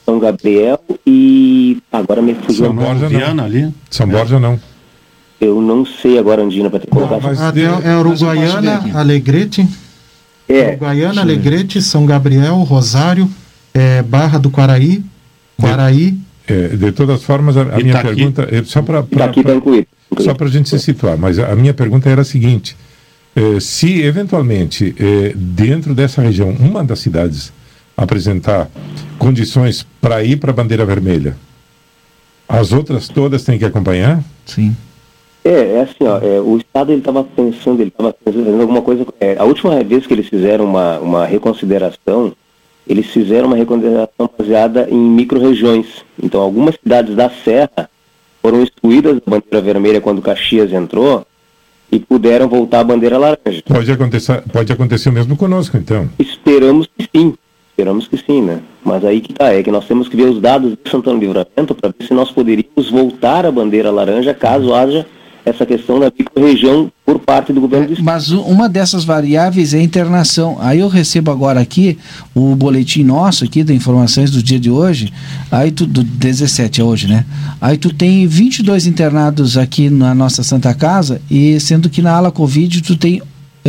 e agora me fugiu São Borja Viana ali. São Borja não. Eu não sei agora, Andina, para ter colocado. Uruguaiana, Alegrete. Uruguaiana, Alegrete, São Gabriel, Rosário, Barra do Quaraí. De todas formas, a minha pergunta só para a gente se situar, mas a minha pergunta era a seguinte: se eventualmente dentro dessa região uma das cidades apresentar condições para ir para a bandeira vermelha, as outras todas têm que acompanhar? Sim. Assim, o estado ele estava pensando em alguma coisa. A última vez que eles fizeram uma reconsideração, eles fizeram uma reconsideração baseada em micro-regiões. Então, algumas cidades da Serra foram excluídas da bandeira vermelha quando Caxias entrou e puderam voltar à bandeira laranja. Pode acontecer o mesmo conosco, então? Esperamos que sim, né? Mas aí que tá, que nós temos que ver os dados de Santana do Livramento para ver se nós poderíamos voltar à bandeira laranja caso haja essa questão da micro-região por parte do governo do estado. Mas uma dessas variáveis é a internação. Aí eu recebo agora aqui o boletim nosso aqui de informações do dia de hoje, aí do 17 é hoje, né? Aí tu tem 22 internados aqui na nossa Santa Casa, e sendo que na ala Covid tu tem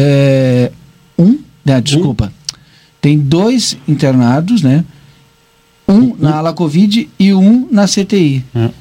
tem 2 internados, né? Um na ala Covid e um na CTI.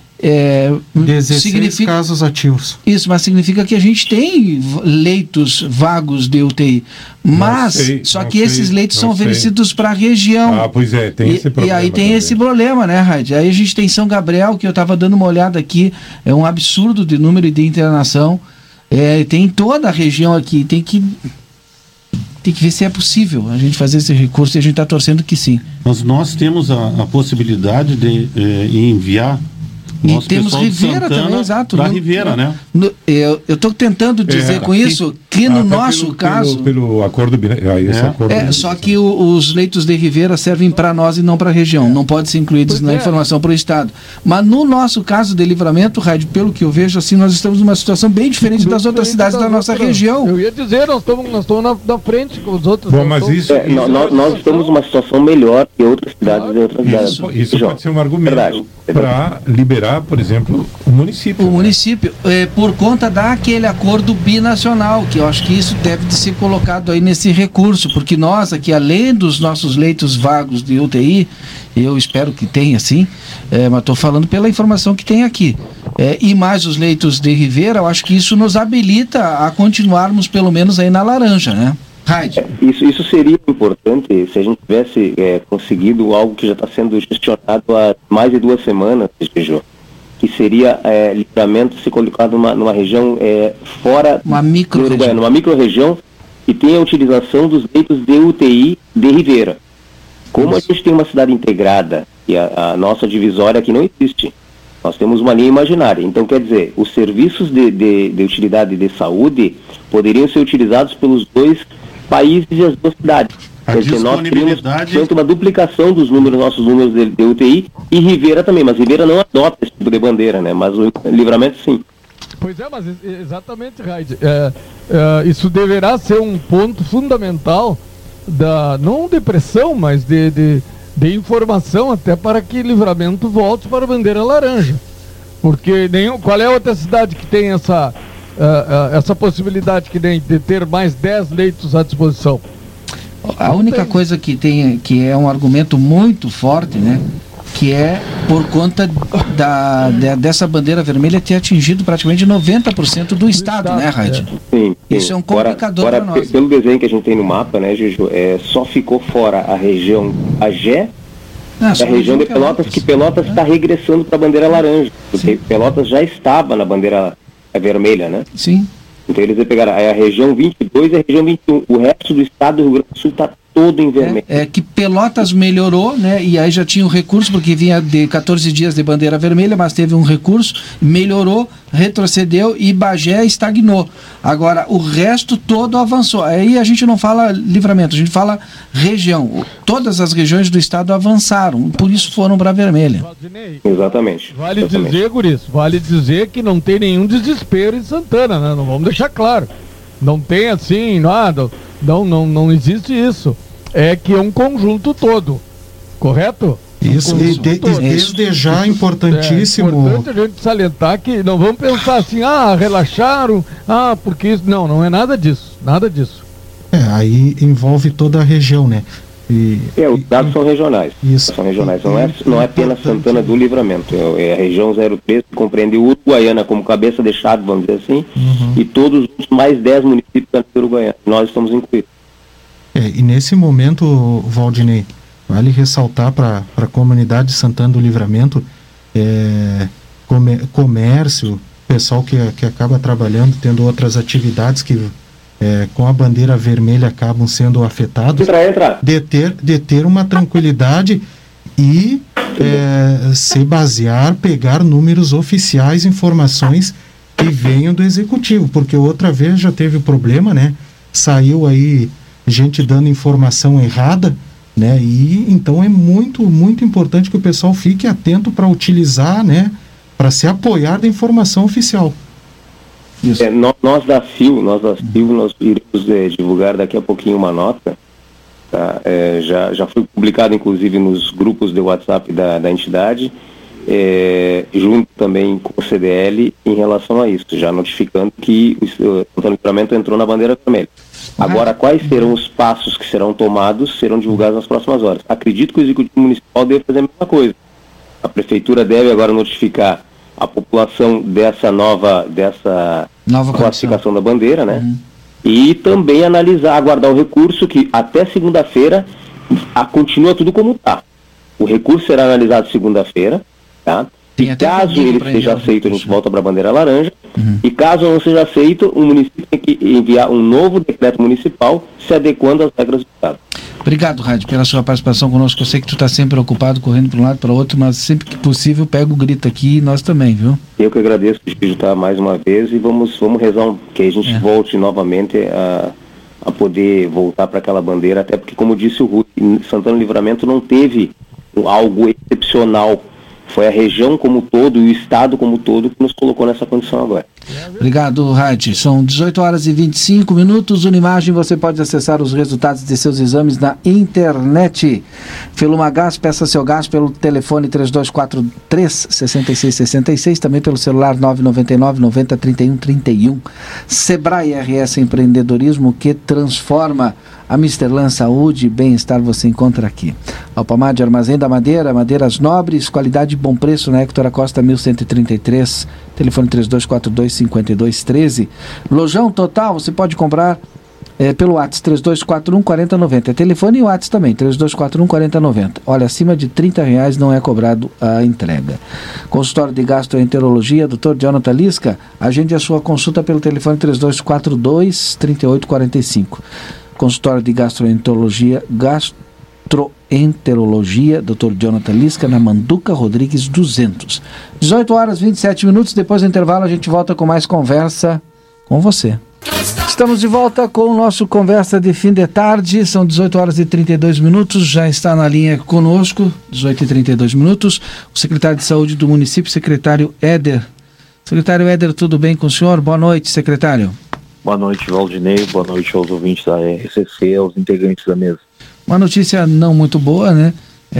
16 casos ativos. Isso, mas significa que a gente tem leitos vagos de UTI. Mas, esses leitos são oferecidos para a região. Ah, pois é, tem esse problema. E aí tem esse problema, né, Raide? Aí a gente tem São Gabriel, que eu estava dando uma olhada aqui, é um absurdo de número de internação. Tem toda a região aqui, tem que ver se é possível a gente fazer esse recurso, e a gente está torcendo que sim. Mas nós temos a possibilidade de enviar nosso temos Rivera também, exato. Para Rivera, né? Eu estou tentando dizer com isso que no nosso caso... Pelo acordo... só que os leitos de Rivera servem para nós e não para a região. Não pode ser incluídos na informação para o Estado. Mas no nosso caso de Livramento, Raide, pelo que eu vejo, assim, nós estamos numa situação bem diferente das outras cidades da nossa região. Eu ia dizer, nós estamos na frente com os outros. Bom, mas nós estamos numa situação melhor que outras cidades e outras cidades. Isso pode ser um argumento para liberar, por exemplo, o município. O município, por conta daquele acordo binacional, que eu acho que isso deve ser colocado aí nesse recurso, porque nós aqui, além dos nossos leitos vagos de UTI, eu espero que tenha sim, mas estou falando pela informação que tem aqui, e mais os leitos de Rivera, eu acho que isso nos habilita a continuarmos pelo menos aí na laranja, né? Isso seria importante se a gente tivesse conseguido algo que já está sendo gestionado há mais de 2 semanas, que que seria Livramento ser colocado numa região fora uma micro-região, numa micro-região, que tem a utilização dos leitos de UTI de Ribeira. Como a gente tem uma cidade integrada e a nossa divisória aqui não existe, nós temos uma linha imaginária. Então, quer dizer, os serviços de utilidade de saúde poderiam ser utilizados pelos dois países e as duas cidades. Quer dizer, nós teríamos uma duplicação dos nossos números de UTI, e Ribeira também, mas Ribeira não adota esse tipo de bandeira, né? Mas o Livramento sim. Pois é, mas exatamente, Raid. Isso deverá ser um ponto fundamental não de pressão, mas de informação, até para que Livramento volte para a bandeira laranja. Porque qual é a outra cidade que tem essa possibilidade de ter mais 10 leitos à disposição? A única coisa que tem, que é um argumento muito forte, né, que é por conta dessa bandeira vermelha ter atingido praticamente 90% do estado, né, Raid? Sim. Isso é um complicador para nós. Pelo desenho que a gente tem no mapa, né, Juju, só ficou fora a região Agé, a região de Pelotas, que Pelotas está regressando para a bandeira laranja, porque sim, Pelotas já estava na bandeira vermelha, né? Sim. Então eles pegaram a região 22 e a região 21. O resto do estado do Rio Grande do Sul está todo em vermelho. É que Pelotas melhorou, né? E aí já tinha um recurso, porque vinha de 14 dias de bandeira vermelha, mas teve um recurso, melhorou, retrocedeu e Bagé estagnou. Agora, o resto todo avançou. Aí a gente não fala Livramento, a gente fala região. Todas as regiões do estado avançaram, por isso foram para a vermelha. Exatamente. Vale dizer, Guris, vale dizer que não tem nenhum desespero em Santana, né? Não vamos deixar claro. Não tem assim, nada, não existe isso. É que é um conjunto todo, correto? Isso, desde já é importantíssimo. É importante a gente salientar que não vamos pensar assim, relaxaram, porque isso. Não é nada disso, nada disso. Aí envolve toda a região, né? Os dados são regionais. Isso. São regionais, não é apenas Santana do Livramento, é a região 03, que compreende Uruguaiana como cabeça de chave, vamos dizer assim, e todos os mais 10 municípios da Uruguaiana. Nós estamos incluídos. E nesse momento, Valdinei, vale ressaltar para a comunidade de Santana do Livramento, comércio, pessoal que acaba trabalhando, tendo outras atividades que com a bandeira vermelha acabam sendo afetados, de ter uma tranquilidade e se basear, pegar números oficiais, informações que venham do executivo, porque outra vez já teve problema, né? Saiu aí gente dando informação errada, né? E então é muito, muito importante que o pessoal fique atento para utilizar, né? Para se apoiar da informação oficial. Nós da FIO, nós iremos divulgar daqui a pouquinho uma nota, tá? Já foi publicado inclusive nos grupos de WhatsApp da entidade, junto também com o CDL em relação a isso, já notificando que o Santana do Livramento entrou na bandeira vermelha. Agora, quais serão os passos que serão tomados, serão divulgados nas próximas horas. Acredito que o Executivo Municipal deve fazer a mesma coisa. A Prefeitura deve agora notificar a população dessa nova classificação da bandeira, né? E também aguardar o recurso, que até segunda-feira continua tudo como está. O recurso será analisado segunda-feira, tá? E caso ele seja aceito, a gente volta para a bandeira laranja. E caso não seja aceito, o município tem que enviar um novo decreto municipal se adequando às regras do Estado. Obrigado, Raid, pela sua participação conosco. Eu sei que tu está sempre ocupado, correndo para um lado para o outro, mas sempre que possível pega o grito aqui e nós também, viu? Eu que agradeço por estar mais uma vez e vamos rezar que a gente volte novamente a poder voltar para aquela bandeira, até porque, como disse o Rui, Santana do Livramento não teve algo excepcional. Foi a região como todo e o estado como todo que nos colocou nessa condição agora. Obrigado, Raid. São 18 horas e 25 minutos. Unimagem, você pode acessar os resultados de seus exames na internet. Felumagás, peça seu gás pelo telefone 3243-6666, também pelo celular 999-90-31-31. Sebrae RS Empreendedorismo, que transforma. A Misterlan Saúde e Bem-Estar você encontra aqui. Alpamar de Armazém da Madeira, madeiras nobres, qualidade e bom preço na Héctor Acosta 1133, telefone 3242-5213. Lojão Total, você pode comprar pelo WhatsApp 3241-4090. É telefone e WhatsApp também, 3241-4090. Olha, acima de R$30 não é cobrado a entrega. Consultório de Gastroenterologia, Dr. Jonathan Lisca, agende a sua consulta pelo telefone 3242-3845. Consultório de Gastroenterologia, Dr. Jonathan Lisca, na Manduca Rodrigues 200. 18h27, depois do intervalo a gente volta com mais conversa com você. Estamos de volta com o nosso Conversa de Fim de Tarde, são 18h32, já está na linha conosco, 18h32, o secretário de Saúde do município, secretário Éder. Secretário Éder, tudo bem com o senhor? Boa noite, secretário. Boa noite, Valdinei, boa noite aos ouvintes da RCC, aos integrantes da mesa. Uma notícia não muito boa, né?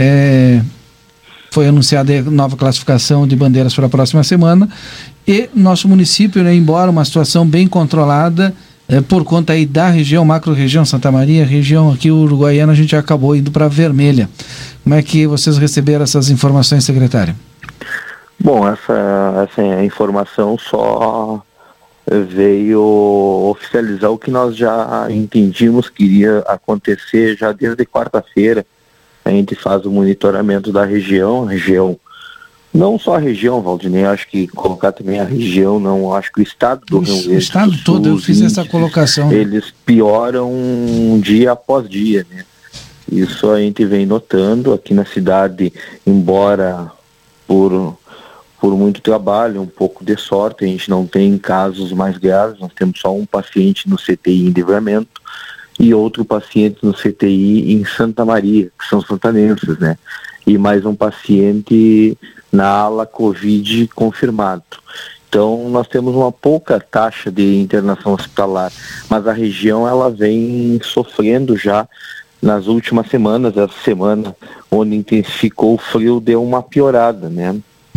Foi anunciada a nova classificação de bandeiras para a próxima semana e nosso município, né, embora uma situação bem controlada, por conta aí da região, macro-região Santa Maria, região aqui uruguaiana, a gente acabou indo para a vermelha. Como é que vocês receberam essas informações, secretário? Bom, essa informação só veio oficializar o que nós já entendíamos que iria acontecer já desde quarta-feira. A gente faz o monitoramento da região, não só a região, Valdinei, acho que colocar também a região, não, acho que o estado do Rio Grande do Sul, o estado todo, eu fiz essa colocação. Eles pioram dia após dia, né? Isso a gente vem notando aqui na cidade, embora por muito trabalho, um pouco de sorte, a gente não tem casos mais graves, nós temos só um paciente no CTI em Livramento e outro paciente no CTI em Santa Maria, que são santanenses, né? E mais um paciente na ala Covid confirmado. Então nós temos uma pouca taxa de internação hospitalar, mas a região ela vem sofrendo já nas últimas semanas. Essa semana, onde intensificou o frio, deu uma piorada, né?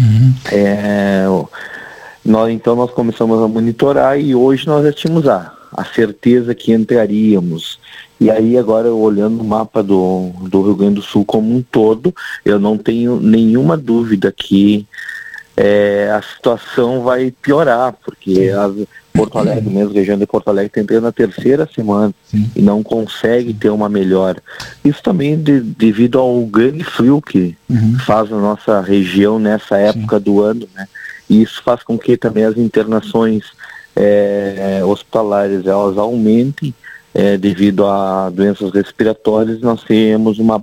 Nós começamos a monitorar e hoje nós já tínhamos a certeza que entraríamos. E aí agora, olhando o mapa do Rio Grande do Sul como um todo, eu não tenho nenhuma dúvida que a situação vai piorar, porque Porto Alegre, mesmo, a região de Porto Alegre, está entrando na terceira semana. Sim. E não consegue ter uma melhora. Isso também devido ao grande frio que faz a nossa região nessa época do ano, né? E isso faz com que também as internações hospitalares elas aumentem, devido a doenças respiratórias. Nós temos uma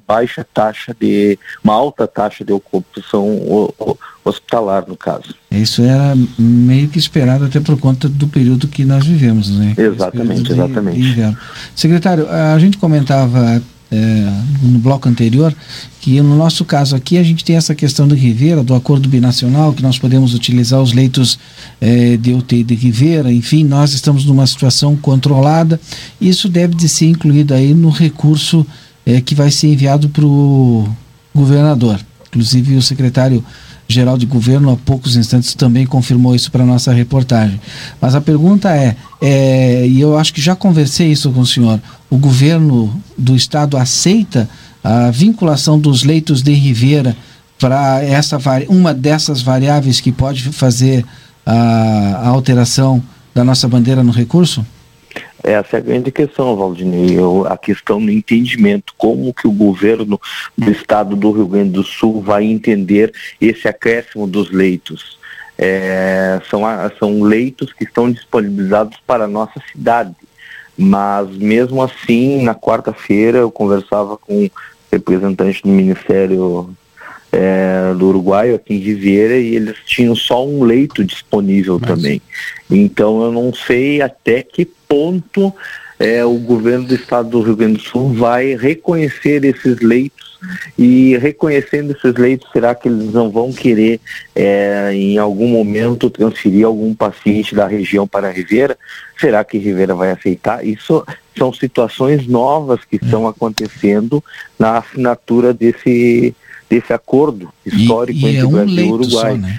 alta taxa de ocupação hospitalar, no caso. Isso era meio que esperado até por conta do período que nós vivemos, né? Exatamente. Secretário, a gente comentava no bloco anterior que no nosso caso aqui a gente tem essa questão de Rivera, do acordo binacional, que nós podemos utilizar os leitos de UTI de Rivera. Enfim, nós estamos numa situação controlada. Isso deve de ser incluído aí no recurso que vai ser enviado para o governador. Inclusive o secretário-geral de governo há poucos instantes também confirmou isso para a nossa reportagem. Mas a pergunta e eu acho que já conversei isso com o senhor, o governo do estado aceita a vinculação dos leitos de Rivera para uma dessas variáveis que pode fazer a alteração da nossa bandeira no recurso? Essa é a grande questão, Valdinei, a questão do entendimento, como que o governo do estado do Rio Grande do Sul vai entender esse acréscimo dos leitos. São leitos que estão disponibilizados para a nossa cidade, mas mesmo assim, na quarta-feira eu conversava com representante do Ministério do Uruguai aqui em Rivera e eles tinham só um leito disponível também. Então eu não sei até que ponto o governo do estado do Rio Grande do Sul vai reconhecer esses leitos, e reconhecendo esses leitos, será que eles não vão querer em algum momento transferir algum paciente da região para Rivera? Será que Rivera vai aceitar? Isso são situações novas que estão acontecendo na assinatura desse acordo histórico entre Brasil e Uruguai. Só, né?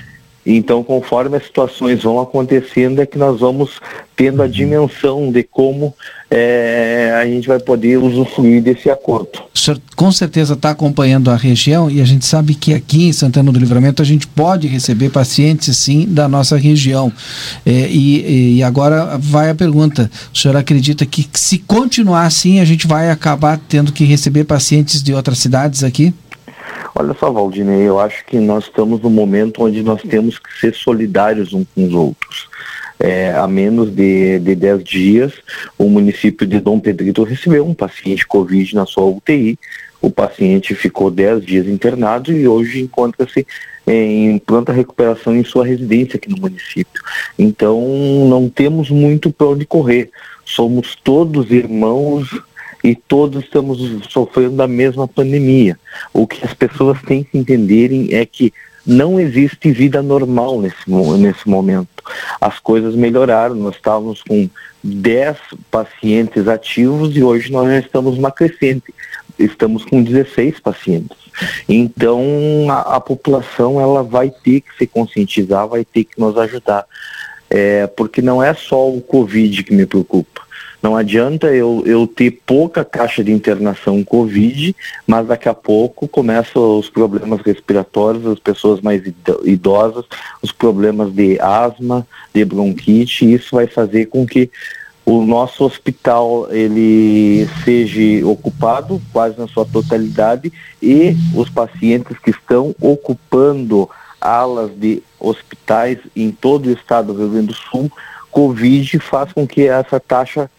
Então, conforme as situações vão acontecendo, é que nós vamos tendo a dimensão de como a gente vai poder usufruir desse acordo. O senhor com certeza está acompanhando a região, e a gente sabe que aqui em Santana do Livramento a gente pode receber pacientes, sim, da nossa região. E agora vai a pergunta: o senhor acredita que, se continuar assim, a gente vai acabar tendo que receber pacientes de outras cidades aqui? Olha só, Valdinei, eu acho que nós estamos num momento onde nós temos que ser solidários uns com os outros. Há menos de 10 dias, o município de Dom Pedrito recebeu um paciente Covid na sua UTI. O paciente ficou 10 dias internado e hoje encontra-se em pronta recuperação em sua residência aqui no município. Então, não temos muito para onde correr. Somos todos irmãos e todos estamos sofrendo da mesma pandemia. O que as pessoas têm que entenderem é que não existe vida normal nesse momento. As coisas melhoraram, nós estávamos com 10 pacientes ativos e hoje nós já estamos numa crescente. Estamos com 16 pacientes. Então, a população ela vai ter que se conscientizar, vai ter que nos ajudar. Porque não é só o Covid que me preocupa. Não adianta eu ter pouca taxa de internação Covid, mas daqui a pouco começam os problemas respiratórios, as pessoas mais idosas, os problemas de asma, de bronquite, e isso vai fazer com que o nosso hospital ele seja ocupado quase na sua totalidade, e os pacientes que estão ocupando alas de hospitais em todo o estado do Rio Grande do Sul, Covid faz com que essa taxa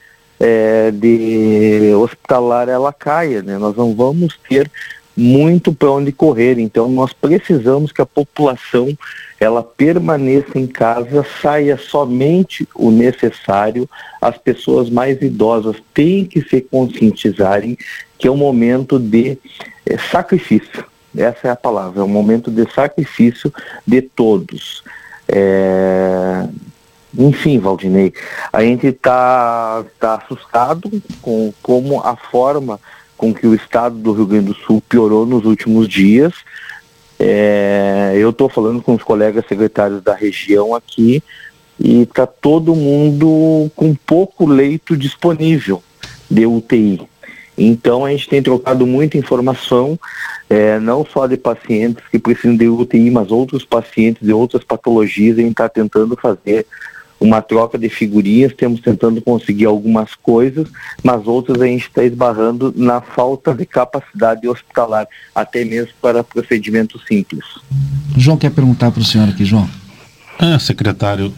de hospitalar ela caia, né? Nós não vamos ter muito para onde correr, então nós precisamos que a população ela permaneça em casa, saia somente o necessário. As pessoas mais idosas têm que se conscientizarem que é um momento de sacrifício, essa é a palavra, é um momento de sacrifício de todos. Enfim, Valdinei, a gente está assustado com como a forma com que o estado do Rio Grande do Sul piorou nos últimos dias. Eu estou falando com os colegas secretários da região aqui e está todo mundo com pouco leito disponível de UTI. Então a gente tem trocado muita informação, não só de pacientes que precisam de UTI, mas outros pacientes de outras patologias. A gente está tentando fazer uma troca de figurinhas, estamos tentando conseguir algumas coisas, mas outras a gente está esbarrando na falta de capacidade hospitalar, até mesmo para procedimentos simples. João quer perguntar para o senhor aqui, João. Secretário,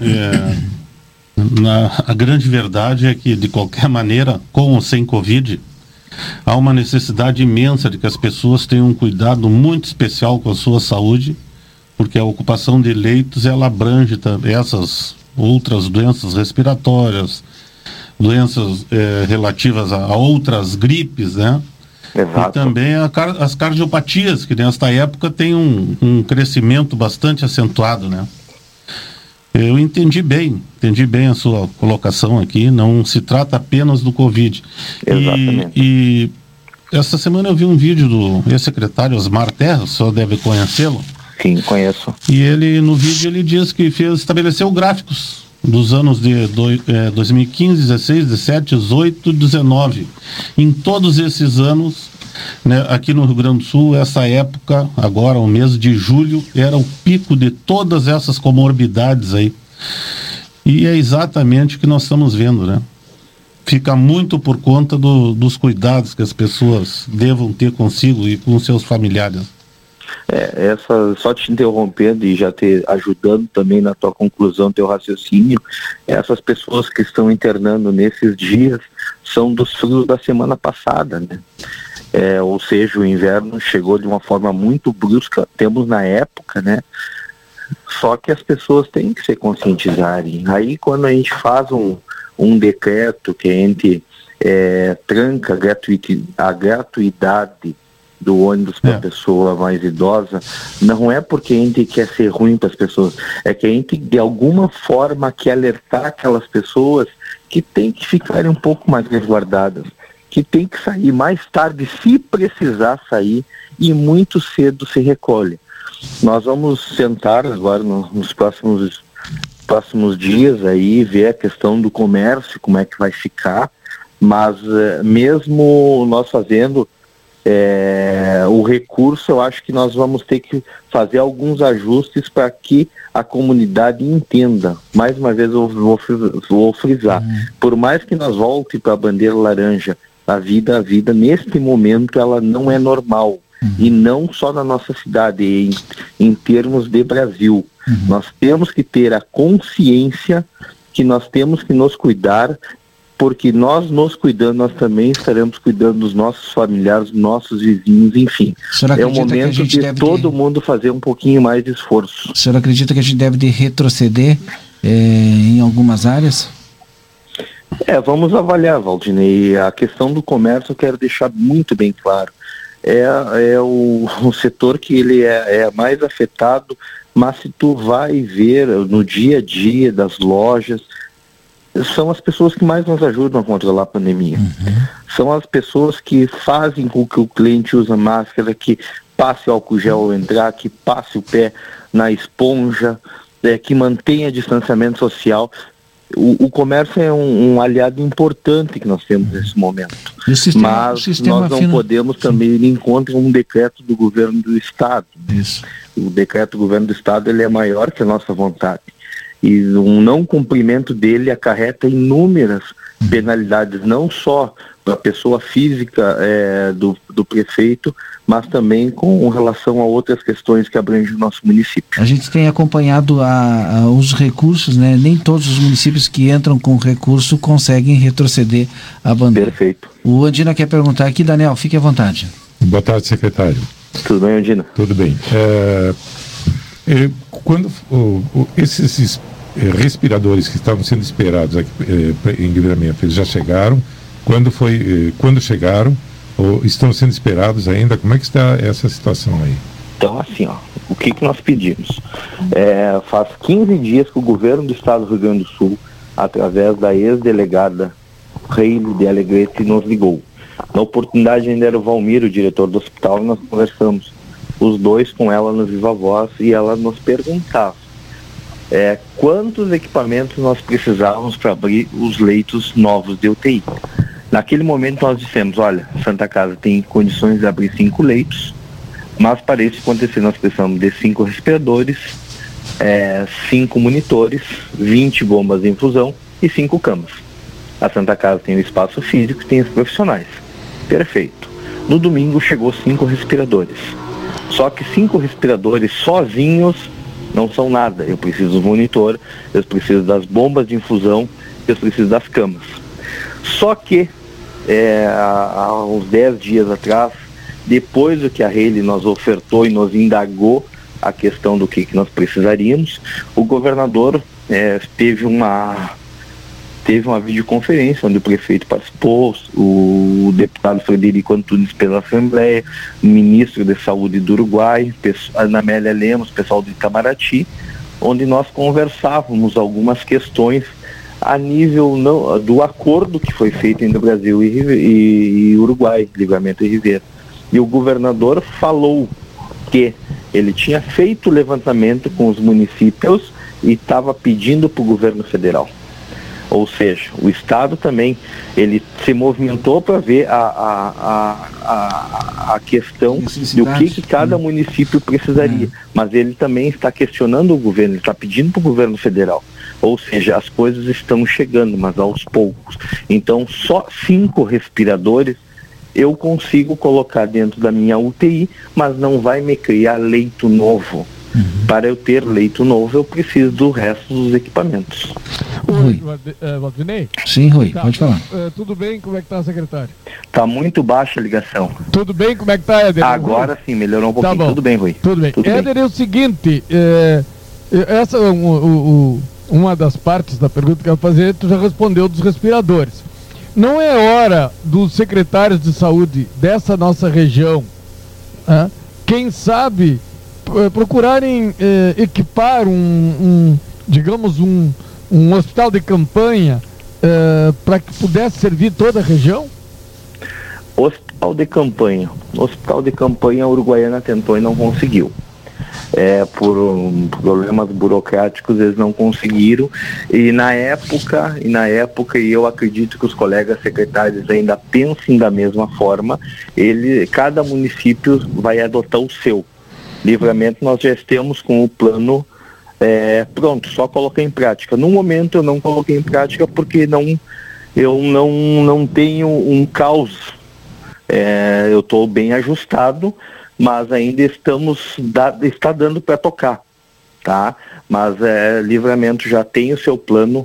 a grande verdade é que, de qualquer maneira, com ou sem Covid, há uma necessidade imensa de que as pessoas tenham um cuidado muito especial com a sua saúde, porque a ocupação de leitos ela abrange também essas outras doenças respiratórias, doenças relativas a outras gripes, né? Exato. E também as cardiopatias, que nesta época tem um crescimento bastante acentuado, né? Eu entendi bem a sua colocação aqui, não se trata apenas do Covid. Exatamente. E essa semana eu vi um vídeo do ex-secretário Osmar Terra, o senhor deve conhecê-lo. Sim, conheço. E no vídeo ele diz que estabeleceu gráficos dos anos de 2015, 16, 17, 18, 19. Em todos esses anos, né, aqui no Rio Grande do Sul, essa época, agora o mês de julho, era o pico de todas essas comorbidades aí. E é exatamente o que nós estamos vendo, né? Fica muito por conta dos cuidados que as pessoas devam ter consigo e com seus familiares. Só te interrompendo e já te ajudando também na tua conclusão, teu raciocínio, essas pessoas que estão internando nesses dias são dos frios da semana passada, né? Ou seja, o inverno chegou de uma forma muito brusca, temos na época, né? Só que as pessoas têm que se conscientizarem. Aí quando a gente faz um decreto que a gente tranca a gratuidade do ônibus para a pessoa mais idosa, não é porque a gente quer ser ruim para as pessoas, é que a gente de alguma forma quer alertar aquelas pessoas que tem que ficarem um pouco mais resguardadas, que tem que sair mais tarde se precisar sair, e muito cedo se recolhe. Nós vamos sentar agora nos próximos dias aí, ver a questão do comércio, como é que vai ficar, mas mesmo nós fazendo o recurso, eu acho que nós vamos ter que fazer alguns ajustes para que a comunidade entenda. Mais uma vez eu vou frisar, por mais que nós volte para a bandeira laranja, a vida neste momento ela não é normal, e não só na nossa cidade, em termos de Brasil. Nós temos que ter a consciência que nós temos que nos cuidar, porque nós nos cuidando, nós também estaremos cuidando dos nossos familiares, dos nossos vizinhos, enfim. É o momento de todo mundo fazer um pouquinho mais de esforço. O senhor acredita que a gente deve de retroceder em algumas áreas? Vamos avaliar, Valdinei. A questão do comércio eu quero deixar muito bem claro. É o setor que ele é mais afetado, mas se tu vai ver no dia a dia das lojas, são as pessoas que mais nos ajudam a controlar a pandemia. São as pessoas que fazem com que o cliente use máscara, que passe álcool gel ao entrar, que passe o pé na esponja, que mantenha distanciamento social. O comércio é um aliado importante que nós temos nesse momento. Mas nós não podemos também ir em contra um decreto do governo do Estado. Isso. O decreto do governo do Estado ele é maior que a nossa vontade. E um não cumprimento dele acarreta inúmeras penalidades, não só para a pessoa física do prefeito, mas também com relação a outras questões que abrangem o nosso município. A gente tem acompanhado os recursos, né? Nem todos os municípios que entram com recurso conseguem retroceder a bandeira. Perfeito. O Andina quer perguntar aqui, Daniel, fique à vontade. Boa tarde, secretário. Tudo bem, Andina? Tudo bem. Quando esses respiradores que estavam sendo esperados aqui, em Livramento, eles já chegaram? Quando chegaram? Ou estão sendo esperados ainda? Como é que está essa situação aí? Então, assim, o que nós pedimos? Faz 15 dias que o governo do estado do Rio Grande do Sul, através da ex-delegada Reile de Alegrete, nos ligou. Na oportunidade ainda era o Valmir, o diretor do hospital, e nós conversamos os dois com ela no Viva Voz, e ela nos perguntava quantos equipamentos nós precisávamos para abrir os leitos novos de UTI. Naquele momento nós dissemos, olha, Santa Casa tem condições de abrir 5 leitos, mas para isso acontecer nós precisamos de 5 respiradores, 5 monitores, 20 bombas de infusão e 5 camas. A Santa Casa tem o espaço físico e tem os profissionais. Perfeito. No domingo chegou 5 respiradores. Só que 5 respiradores sozinhos não são nada. Eu preciso do monitor, eu preciso das bombas de infusão, eu preciso das camas. Só que há uns 10 dias atrás, depois do que a Reile nos ofertou e nos indagou a questão do que nós precisaríamos, o governador teve uma videoconferência onde o prefeito participou, o deputado Frederico Antunes pela Assembleia, o ministro de Saúde do Uruguai, Ana Amélia Lemos, pessoal de Itamaraty, onde nós conversávamos algumas questões a nível do acordo que foi feito entre Brasil e Uruguai, Livramento e Ribeira. E o governador falou que ele tinha feito o levantamento com os municípios e estava pedindo para o governo federal. Ou seja, o Estado também, ele se movimentou para ver a questão do que cada município precisaria. Mas ele também está questionando o governo, ele está pedindo para o governo federal. Ou seja, as coisas estão chegando, mas aos poucos. Então, só 5 respiradores eu consigo colocar dentro da minha UTI, mas não vai me criar leito novo. Para eu ter leito novo, eu preciso do resto dos equipamentos. Rui. Valdinei? Sim, Rui, pode falar. Tudo bem? Como é que tá, secretário? Tá muito baixa a ligação. Tudo bem? Como é que tá, Éder? Agora sim, melhorou um pouquinho. Tá bom. Tudo bem, Rui? Tudo bem. Éder, é o seguinte, essa uma das partes da pergunta que eu ia fazer, tu já respondeu dos respiradores. Não é hora dos secretários de saúde dessa nossa região, quem sabe, procurarem equipar digamos, um hospital de campanha para que pudesse servir toda a região? Hospital de campanha. Uruguaiana tentou e não conseguiu. por problemas burocráticos eles não conseguiram, e na época, e eu acredito que os colegas secretários ainda pensem da mesma forma, cada município vai adotar o seu. Livramento nós já estamos com o plano pronto, só colocar em prática. No momento eu não coloquei em prática porque eu não tenho um caos. Eu estou bem ajustado, mas ainda está dando para tocar, tá? Mas Livramento já tem o seu plano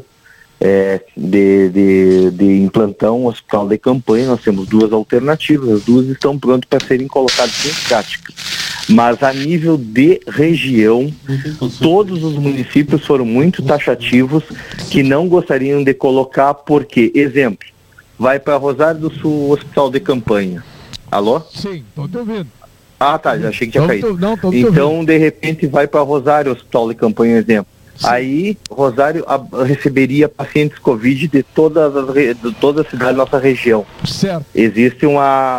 de implantão, um hospital de campanha. Nós temos 2 alternativas, as 2 estão prontas para serem colocadas em prática. Mas a nível de região, todos os municípios foram muito taxativos, que não gostariam de colocar, porque, exemplo, vai para Rosário do Sul, hospital de campanha. Alô? Sim, estou te ouvindo. Ah, tá, já achei que tinha caído. Então, de repente, vai para Rosário, hospital de campanha, exemplo. Sim. Aí, Rosário receberia pacientes Covid de toda a cidade da nossa região. Certo. Existe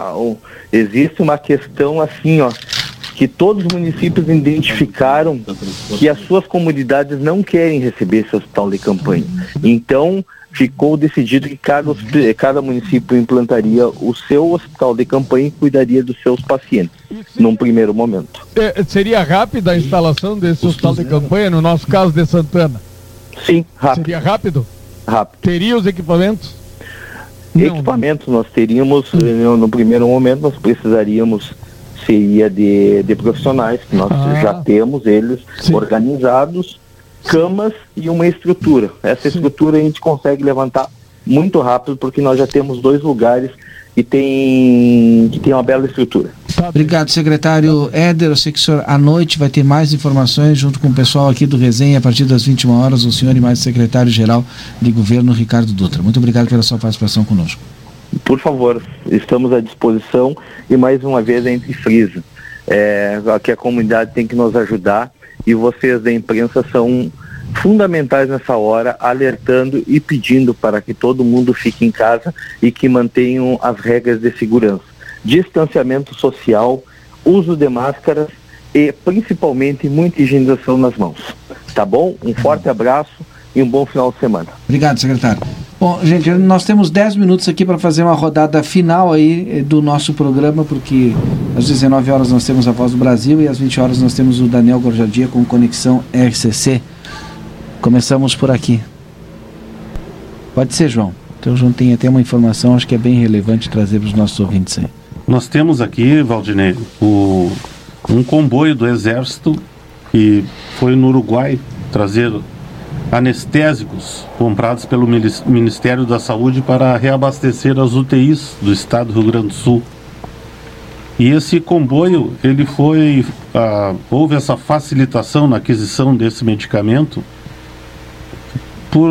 uma questão assim, que todos os municípios identificaram que as suas comunidades não querem receber esse hospital de campanha. Então, ficou decidido que cada município implantaria o seu hospital de campanha e cuidaria dos seus pacientes, num primeiro momento. Seria rápida a instalação desse hospital de campanha, no nosso caso de Santana? Sim, rápido. Seria rápido? Rápido. Teria os equipamentos? Equipamentos nós teríamos, no primeiro momento nós precisaríamos, seria de profissionais, que nós já temos eles organizados, camas e uma estrutura. Essa estrutura a gente consegue levantar muito rápido, porque nós já temos 2 lugares que tem uma bela estrutura. Obrigado, secretário Éder. Eu sei que o senhor à noite vai ter mais informações junto com o pessoal aqui do Resenha a partir das 21 horas, o senhor e mais o secretário-geral de governo, Ricardo Dutra. Muito obrigado pela sua participação conosco. Por favor, estamos à disposição e mais uma vez a gente frisa que a comunidade tem que nos ajudar, e vocês da imprensa são fundamentais nessa hora, alertando e pedindo para que todo mundo fique em casa e que mantenham as regras de segurança, distanciamento social, uso de máscaras e principalmente muita higienização nas mãos. Tá bom? Um forte abraço e um bom final de semana. Obrigado, secretário. Bom, gente, nós temos 10 minutos aqui para fazer uma rodada final aí do nosso programa, porque às 19 horas nós temos a Voz do Brasil e às 20 horas nós temos o Daniel Gorjadia com Conexão RCC. Começamos por aqui. Pode ser, João. Então, João tem até uma informação, acho que é bem relevante trazer para os nossos ouvintes aí. Nós temos aqui, Valdinei, um comboio do Exército que foi no Uruguai trazer anestésicos comprados pelo Ministério da Saúde para reabastecer as UTIs do estado do Rio Grande do Sul. E esse comboio, houve essa facilitação na aquisição desse medicamento por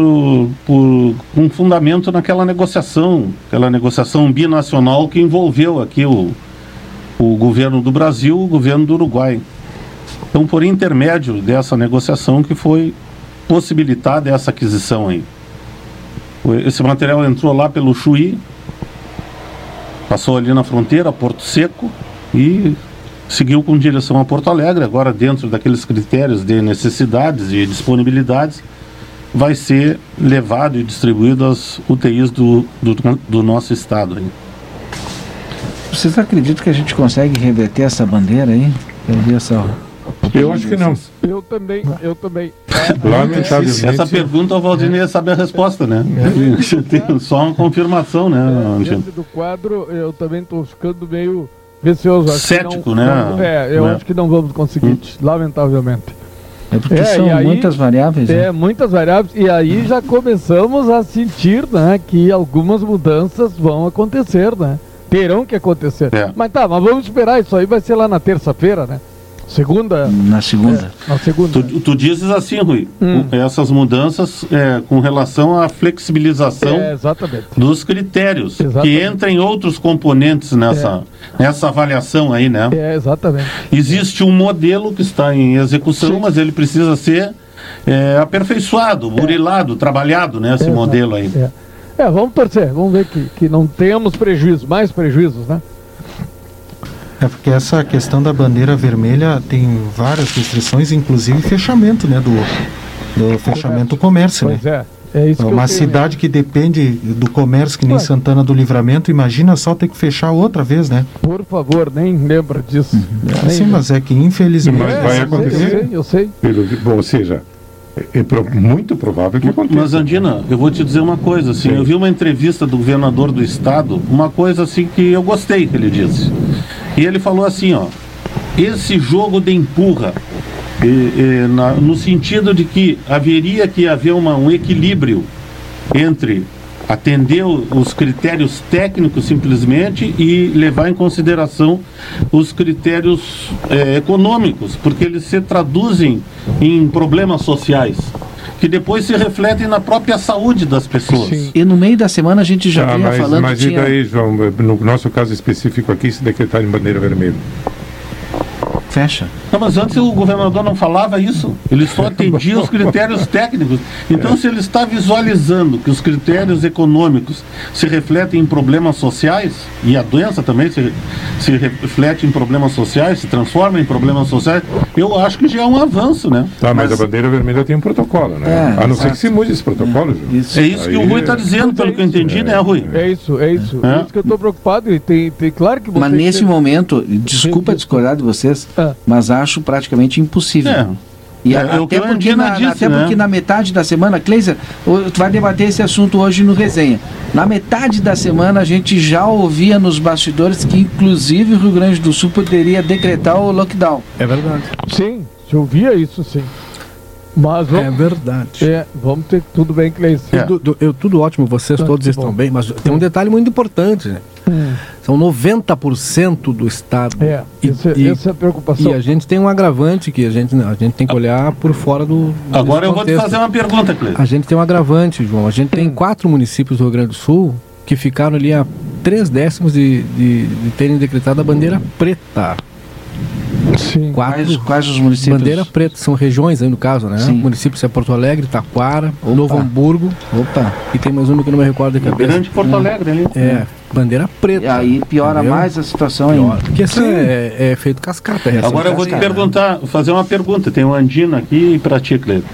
um fundamento naquela negociação binacional que envolveu aqui o governo do Brasil e o governo do Uruguai. Então, por intermédio dessa negociação que foi possibilitada essa aquisição aí. Esse material entrou lá pelo Chuí, passou ali na fronteira, Porto Seco, e seguiu com direção a Porto Alegre. Agora, dentro daqueles critérios de necessidades e disponibilidades, vai ser levado e distribuído às UTIs do nosso estado aí. Vocês acreditam que a gente consegue reverter essa bandeira aí? Eu acho que não. Eu também. Lamentavelmente. Essa pergunta o Valdinei sabe a resposta, né? Tem só uma confirmação, né? Diante do quadro, eu também estou ficando meio receoso. Cético, né? Eu acho que não vamos conseguir, lamentavelmente. É porque são muitas variáveis. Muitas variáveis. E aí já começamos a sentir, né, que algumas mudanças vão acontecer, né? Terão que acontecer. Mas vamos esperar. Isso aí vai ser lá na terça-feira, né? Na segunda. Na segunda. Tu dizes assim, Rui, essas mudanças com relação à flexibilização dos critérios, que entrem outros componentes nessa avaliação aí, né? Exatamente. Existe um modelo que está em execução, mas ele precisa ser aperfeiçoado, burilado, trabalhado, né? Esse modelo aí. Vamos torcer, vamos ver que não tenhamos mais prejuízos, né? É porque essa questão da bandeira vermelha tem várias restrições, inclusive fechamento, né, do fechamento do comércio, Pois né? é isso que Uma cidade que depende do comércio, que nem Santana do Livramento, imagina só ter que fechar outra vez, né? Por favor, nem lembra disso. Sim, mas é que infelizmente... Mas vai acontecer. Eu sei. Bom, ou seja, muito provável que aconteça. Mas, Andina, eu vou te dizer uma coisa, assim, eu vi uma entrevista do governador do estado, uma coisa assim que eu gostei que ele disse. E ele falou assim, ó, esse jogo de empurra, no sentido de que haveria que haver um equilíbrio entre atender os critérios técnicos simplesmente e levar em consideração os critérios econômicos, porque eles se traduzem em problemas sociais que depois se refletem na própria saúde das pessoas. Sim. E no meio da semana a gente já vinha falando mas que e daí, João, no nosso caso específico aqui, se decretar em bandeira vermelha? Fecha. Não, mas antes o governador não falava isso, ele só atendia os critérios técnicos. Então, se ele está visualizando que os critérios econômicos se refletem em problemas sociais, e a doença também se reflete em problemas sociais, se transforma em problemas sociais, eu acho que já é um avanço, né? Tá, mas a bandeira vermelha tem um protocolo, né? A não ser que se mude esse protocolo, João. É isso que o Rui está dizendo, pelo que eu entendi, né, Rui? É isso. É isso que eu estou preocupado. E tem claro que você... Mas nesse momento, desculpa discordar de vocês, mas acho praticamente impossível. E até porque na metade da semana, Kleiser, tu vai debater esse assunto hoje no Resenha. Na metade da semana a gente já ouvia nos bastidores que inclusive o Rio Grande do Sul poderia decretar o lockdown. É verdade. Sim, se ouvia isso, sim. Mas é verdade. Vamos ter tudo bem, Kleiser. Tudo ótimo, vocês todos estão bem, mas tem um detalhe muito importante, né? São 90% do estado. Essa é a preocupação. E a gente tem um agravante que a gente tem que olhar por fora do Agora eu vou te fazer uma pergunta, Cleiton. A gente tem um agravante, João. A gente tem 4 municípios do Rio Grande do Sul que ficaram ali a 3/10 de terem decretado a bandeira preta. Sim. Quais os municípios? Bandeira preta, são regiões aí no caso, né? Sim. Municípios é Porto Alegre, Taquara, Novo Hamburgo. E tem mais uma que eu não me recordo de cabeça. Grande Porto Alegre ali. Bandeira preta. E aí piora mais a situação ainda. Porque isso é feito cascata. Agora eu vou te perguntar, fazer uma pergunta. Tem um Andino aqui para ti, Cleiton.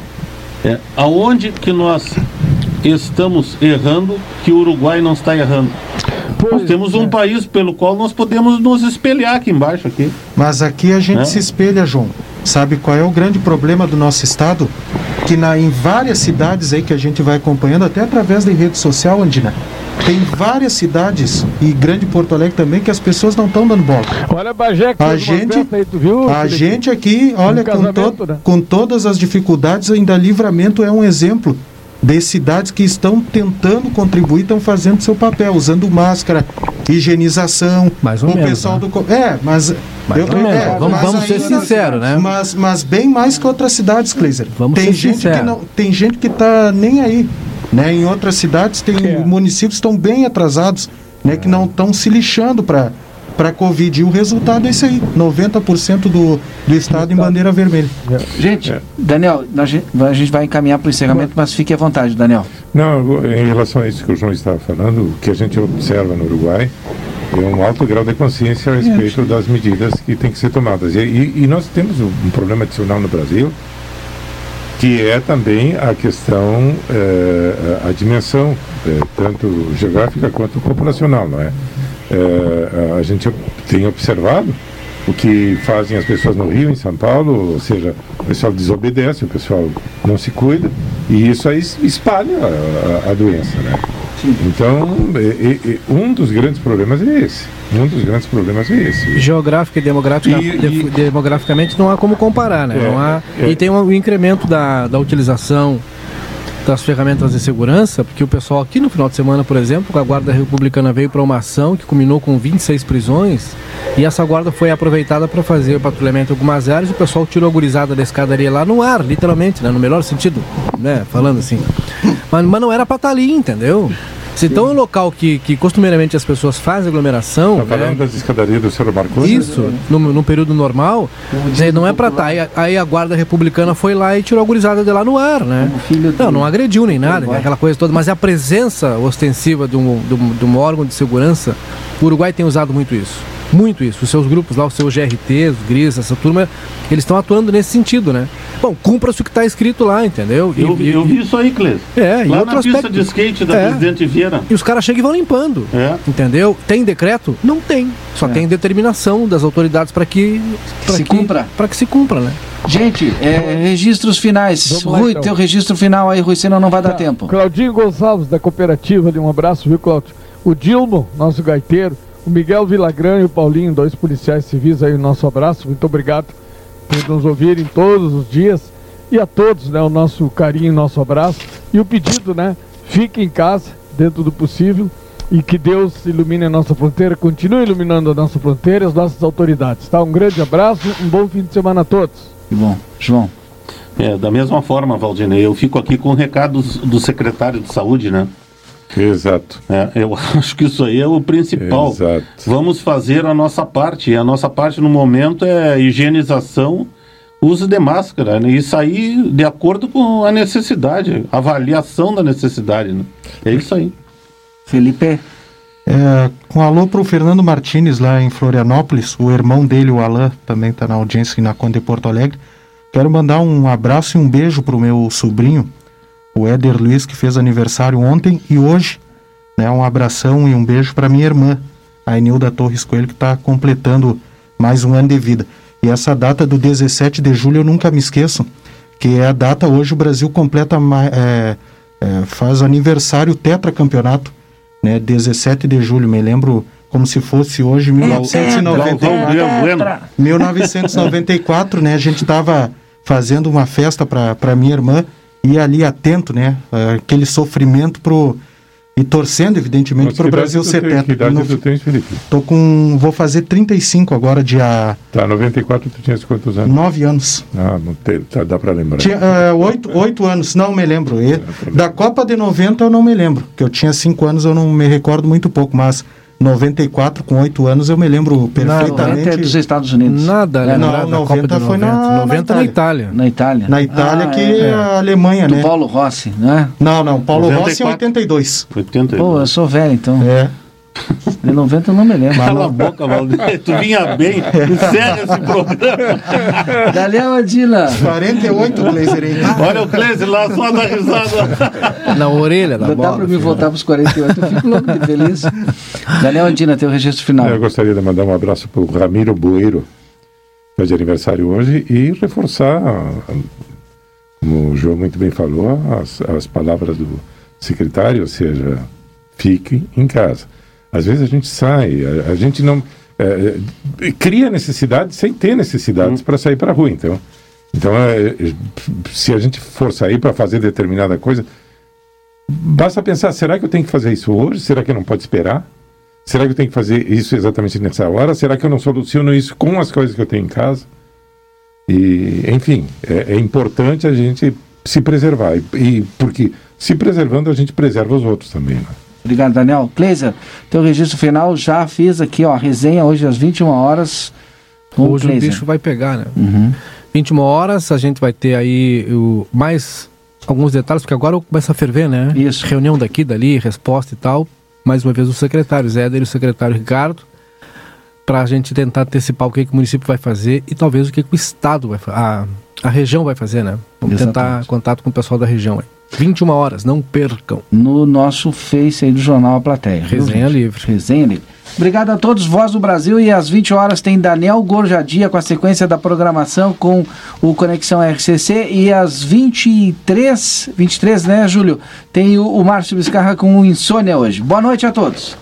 Aonde que nós estamos errando que o Uruguai não está errando? Nós temos um país pelo qual nós podemos nos espelhar aqui embaixo. Mas aqui a gente se espelha, João. Sabe qual é o grande problema do nosso estado? Que em várias cidades aí que a gente vai acompanhando, até através da rede social, Andina, tem várias cidades, e grande Porto Alegre também, que as pessoas não estão dando bola. Olha, Bagé, que a gente aqui, olha, com todas as dificuldades, ainda Livramento é um exemplo de cidades que estão tentando contribuir, estão fazendo seu papel, usando máscara, higienização. Mais ou menos, pessoal né? Vamos ser sinceros, né? Mas bem mais que outras cidades, Kleiser. Tem gente que está nem aí, né? Em outras cidades tem municípios que estão bem atrasados, né? Que não estão se lixando para Covid. E o resultado é isso aí, 90% do estado em bandeira vermelha. Gente, Daniel, a gente vai encaminhar para o encerramento, mas fique à vontade, Daniel. Não, em relação a isso que o João estava falando, o que a gente observa no Uruguai é um alto grau de consciência a respeito das medidas que têm que ser tomadas. E nós temos um problema adicional no Brasil, que é também a questão, a dimensão, tanto geográfica quanto populacional, não é? A gente tem observado o que fazem as pessoas no Rio, em São Paulo, ou seja, o pessoal desobedece, o pessoal não se cuida, e isso aí espalha a doença, né? Sim. Então, um dos grandes problemas é esse. Geográfica e demograficamente não há como comparar, né? E tem um incremento da utilização das ferramentas de segurança, porque o pessoal aqui no final de semana, por exemplo, a Guarda Republicana veio para uma ação que culminou com 26 prisões, e essa guarda foi aproveitada para fazer o patrulhamento em algumas áreas, e o pessoal tirou a gurizada da escadaria lá no ar, literalmente, né, no melhor sentido, né, falando assim. Mas não era para estar ali, entendeu? Se então é um local que costumeiramente as pessoas fazem aglomeração... Está falando das escadarias do Cerro Marcondes? Isso, no período normal, não é para estar. Aí a Guarda Republicana foi lá e tirou a gurizada de lá no ar, né? Não agrediu nem nada, né? Aquela coisa toda, mas a presença ostensiva de um órgão de segurança, o Uruguai tem usado muito isso. muito isso. Os seus grupos lá, o seu GRT, os GRIs, essa turma, eles estão atuando nesse sentido, né? Bom, cumpra-se o que está escrito lá, entendeu? Eu vi isso aí, Clês. E lá outro na pista aspecto, de skate da Presidente Vieira. E os caras chegam e vão limpando, entendeu? Tem decreto? Não tem. Só tem determinação das autoridades para que se cumpra, né? Gente, registros finais. Lá, Rui, então. Teu registro final aí, Rui, senão não vai dar tempo. Claudinho Gonçalves, da cooperativa, ali, um abraço, viu, Cláudio? O Dilmo, nosso gaiteiro, o Miguel Villagrán e o Paulinho, 2 policiais civis aí, o nosso abraço, muito obrigado por nos ouvirem todos os dias, e a todos, né, o nosso carinho, nosso abraço, e o pedido, né, fique em casa, dentro do possível, e que Deus ilumine a nossa fronteira, continue iluminando a nossa fronteira e as nossas autoridades, tá? Um grande abraço, um bom fim de semana a todos. Que bom. João. Da mesma forma, Valdinei, eu fico aqui com recados do secretário de Saúde, né? Exato. Eu acho que isso aí é o principal. Exato. Vamos fazer a nossa parte. E a nossa parte no momento é higienização, uso de máscara, né? E sair de acordo com a necessidade, avaliação da necessidade, né? É isso aí. Felipe? Com alô para o Fernando Martins lá em Florianópolis, o irmão dele, o Alain, também está na audiência na Conde de Porto Alegre. Quero mandar um abraço e um beijo para o meu sobrinho, o Éder Luiz, que fez aniversário ontem e hoje, né? Um abração e um beijo para minha irmã, a Enilda Torres Coelho, que está completando mais um ano de vida. E essa data do 17 de julho eu nunca me esqueço, que é a data hoje o Brasil completa, faz aniversário tetracampeonato, né? 17 de julho, me lembro como se fosse hoje, 1994, né? A gente estava fazendo uma festa para minha irmã, e ali atento, né? Aquele sofrimento e torcendo, evidentemente, para o Brasil ser tetra. Que idade tu tens, Felipe? Vou fazer 35 agora, dia... Tá, 94 tu tinhas quantos anos? 9 anos. Não tem, dá para lembrar. Tinha 8 anos, não me lembro. Da Copa de 90 eu não me lembro, que eu tinha 5 anos, eu não me recordo muito pouco, mas 94, com 8 anos, eu me lembro perfeitamente. 90 é dos Estados Unidos. Nada, não, 90 foi na Itália. Na Itália. Na Itália, a Alemanha, do né? Paulo Rossi, não é? Não, Paulo 94. Rossi é 82. Pô, eu sou velho, então. De 90 eu não me lembro. Cala a boca, Valdir. Tu vinha bem. Encerra esse programa. Daniel Adila. 48, Gleiser. Olha o Gleiser lá, só dá risada. Na orelha da bola. Dá pra me voltar pros 48, eu fico louco de feliz. Daniel Adila, teu registro final. Eu gostaria de mandar um abraço para o Ramiro Bueiro, que é de aniversário hoje, e reforçar, como o João muito bem falou, as palavras do secretário, ou seja, fique em casa. Às vezes a gente sai, a gente não cria necessidade sem ter necessidades para sair para a rua. Então se a gente for sair para fazer determinada coisa, basta pensar, será que eu tenho que fazer isso hoje? Será que não pode esperar? Será que eu tenho que fazer isso exatamente nessa hora? Será que eu não soluciono isso com as coisas que eu tenho em casa? E, enfim, é importante a gente se preservar. E porque se preservando, a gente preserva os outros também, né? Obrigado, Daniel. Kleiser, teu registro final, já fiz aqui, ó, a resenha hoje às 21 horas. Hoje o bicho vai pegar, né? 21 horas, a gente vai ter aí mais alguns detalhes, porque agora começa a ferver, né? Isso. Reunião daqui, dali, resposta e tal. Mais uma vez o secretário Zéder e o secretário Ricardo, para a gente tentar antecipar o que o município vai fazer e talvez o que o Estado vai fazer, a região vai fazer, né? Vamos tentar contato com o pessoal da região aí. 21 horas, não percam. No nosso Face aí do Jornal A Plateia. Resenha livre. Resenha livre. Obrigado a todos, Voz do Brasil, e às 20 horas tem Daniel Gorjadia com a sequência da programação com o Conexão RCC, e às 23, né, Júlio? Tem o Márcio Biscarra com o Insônia hoje. Boa noite a todos.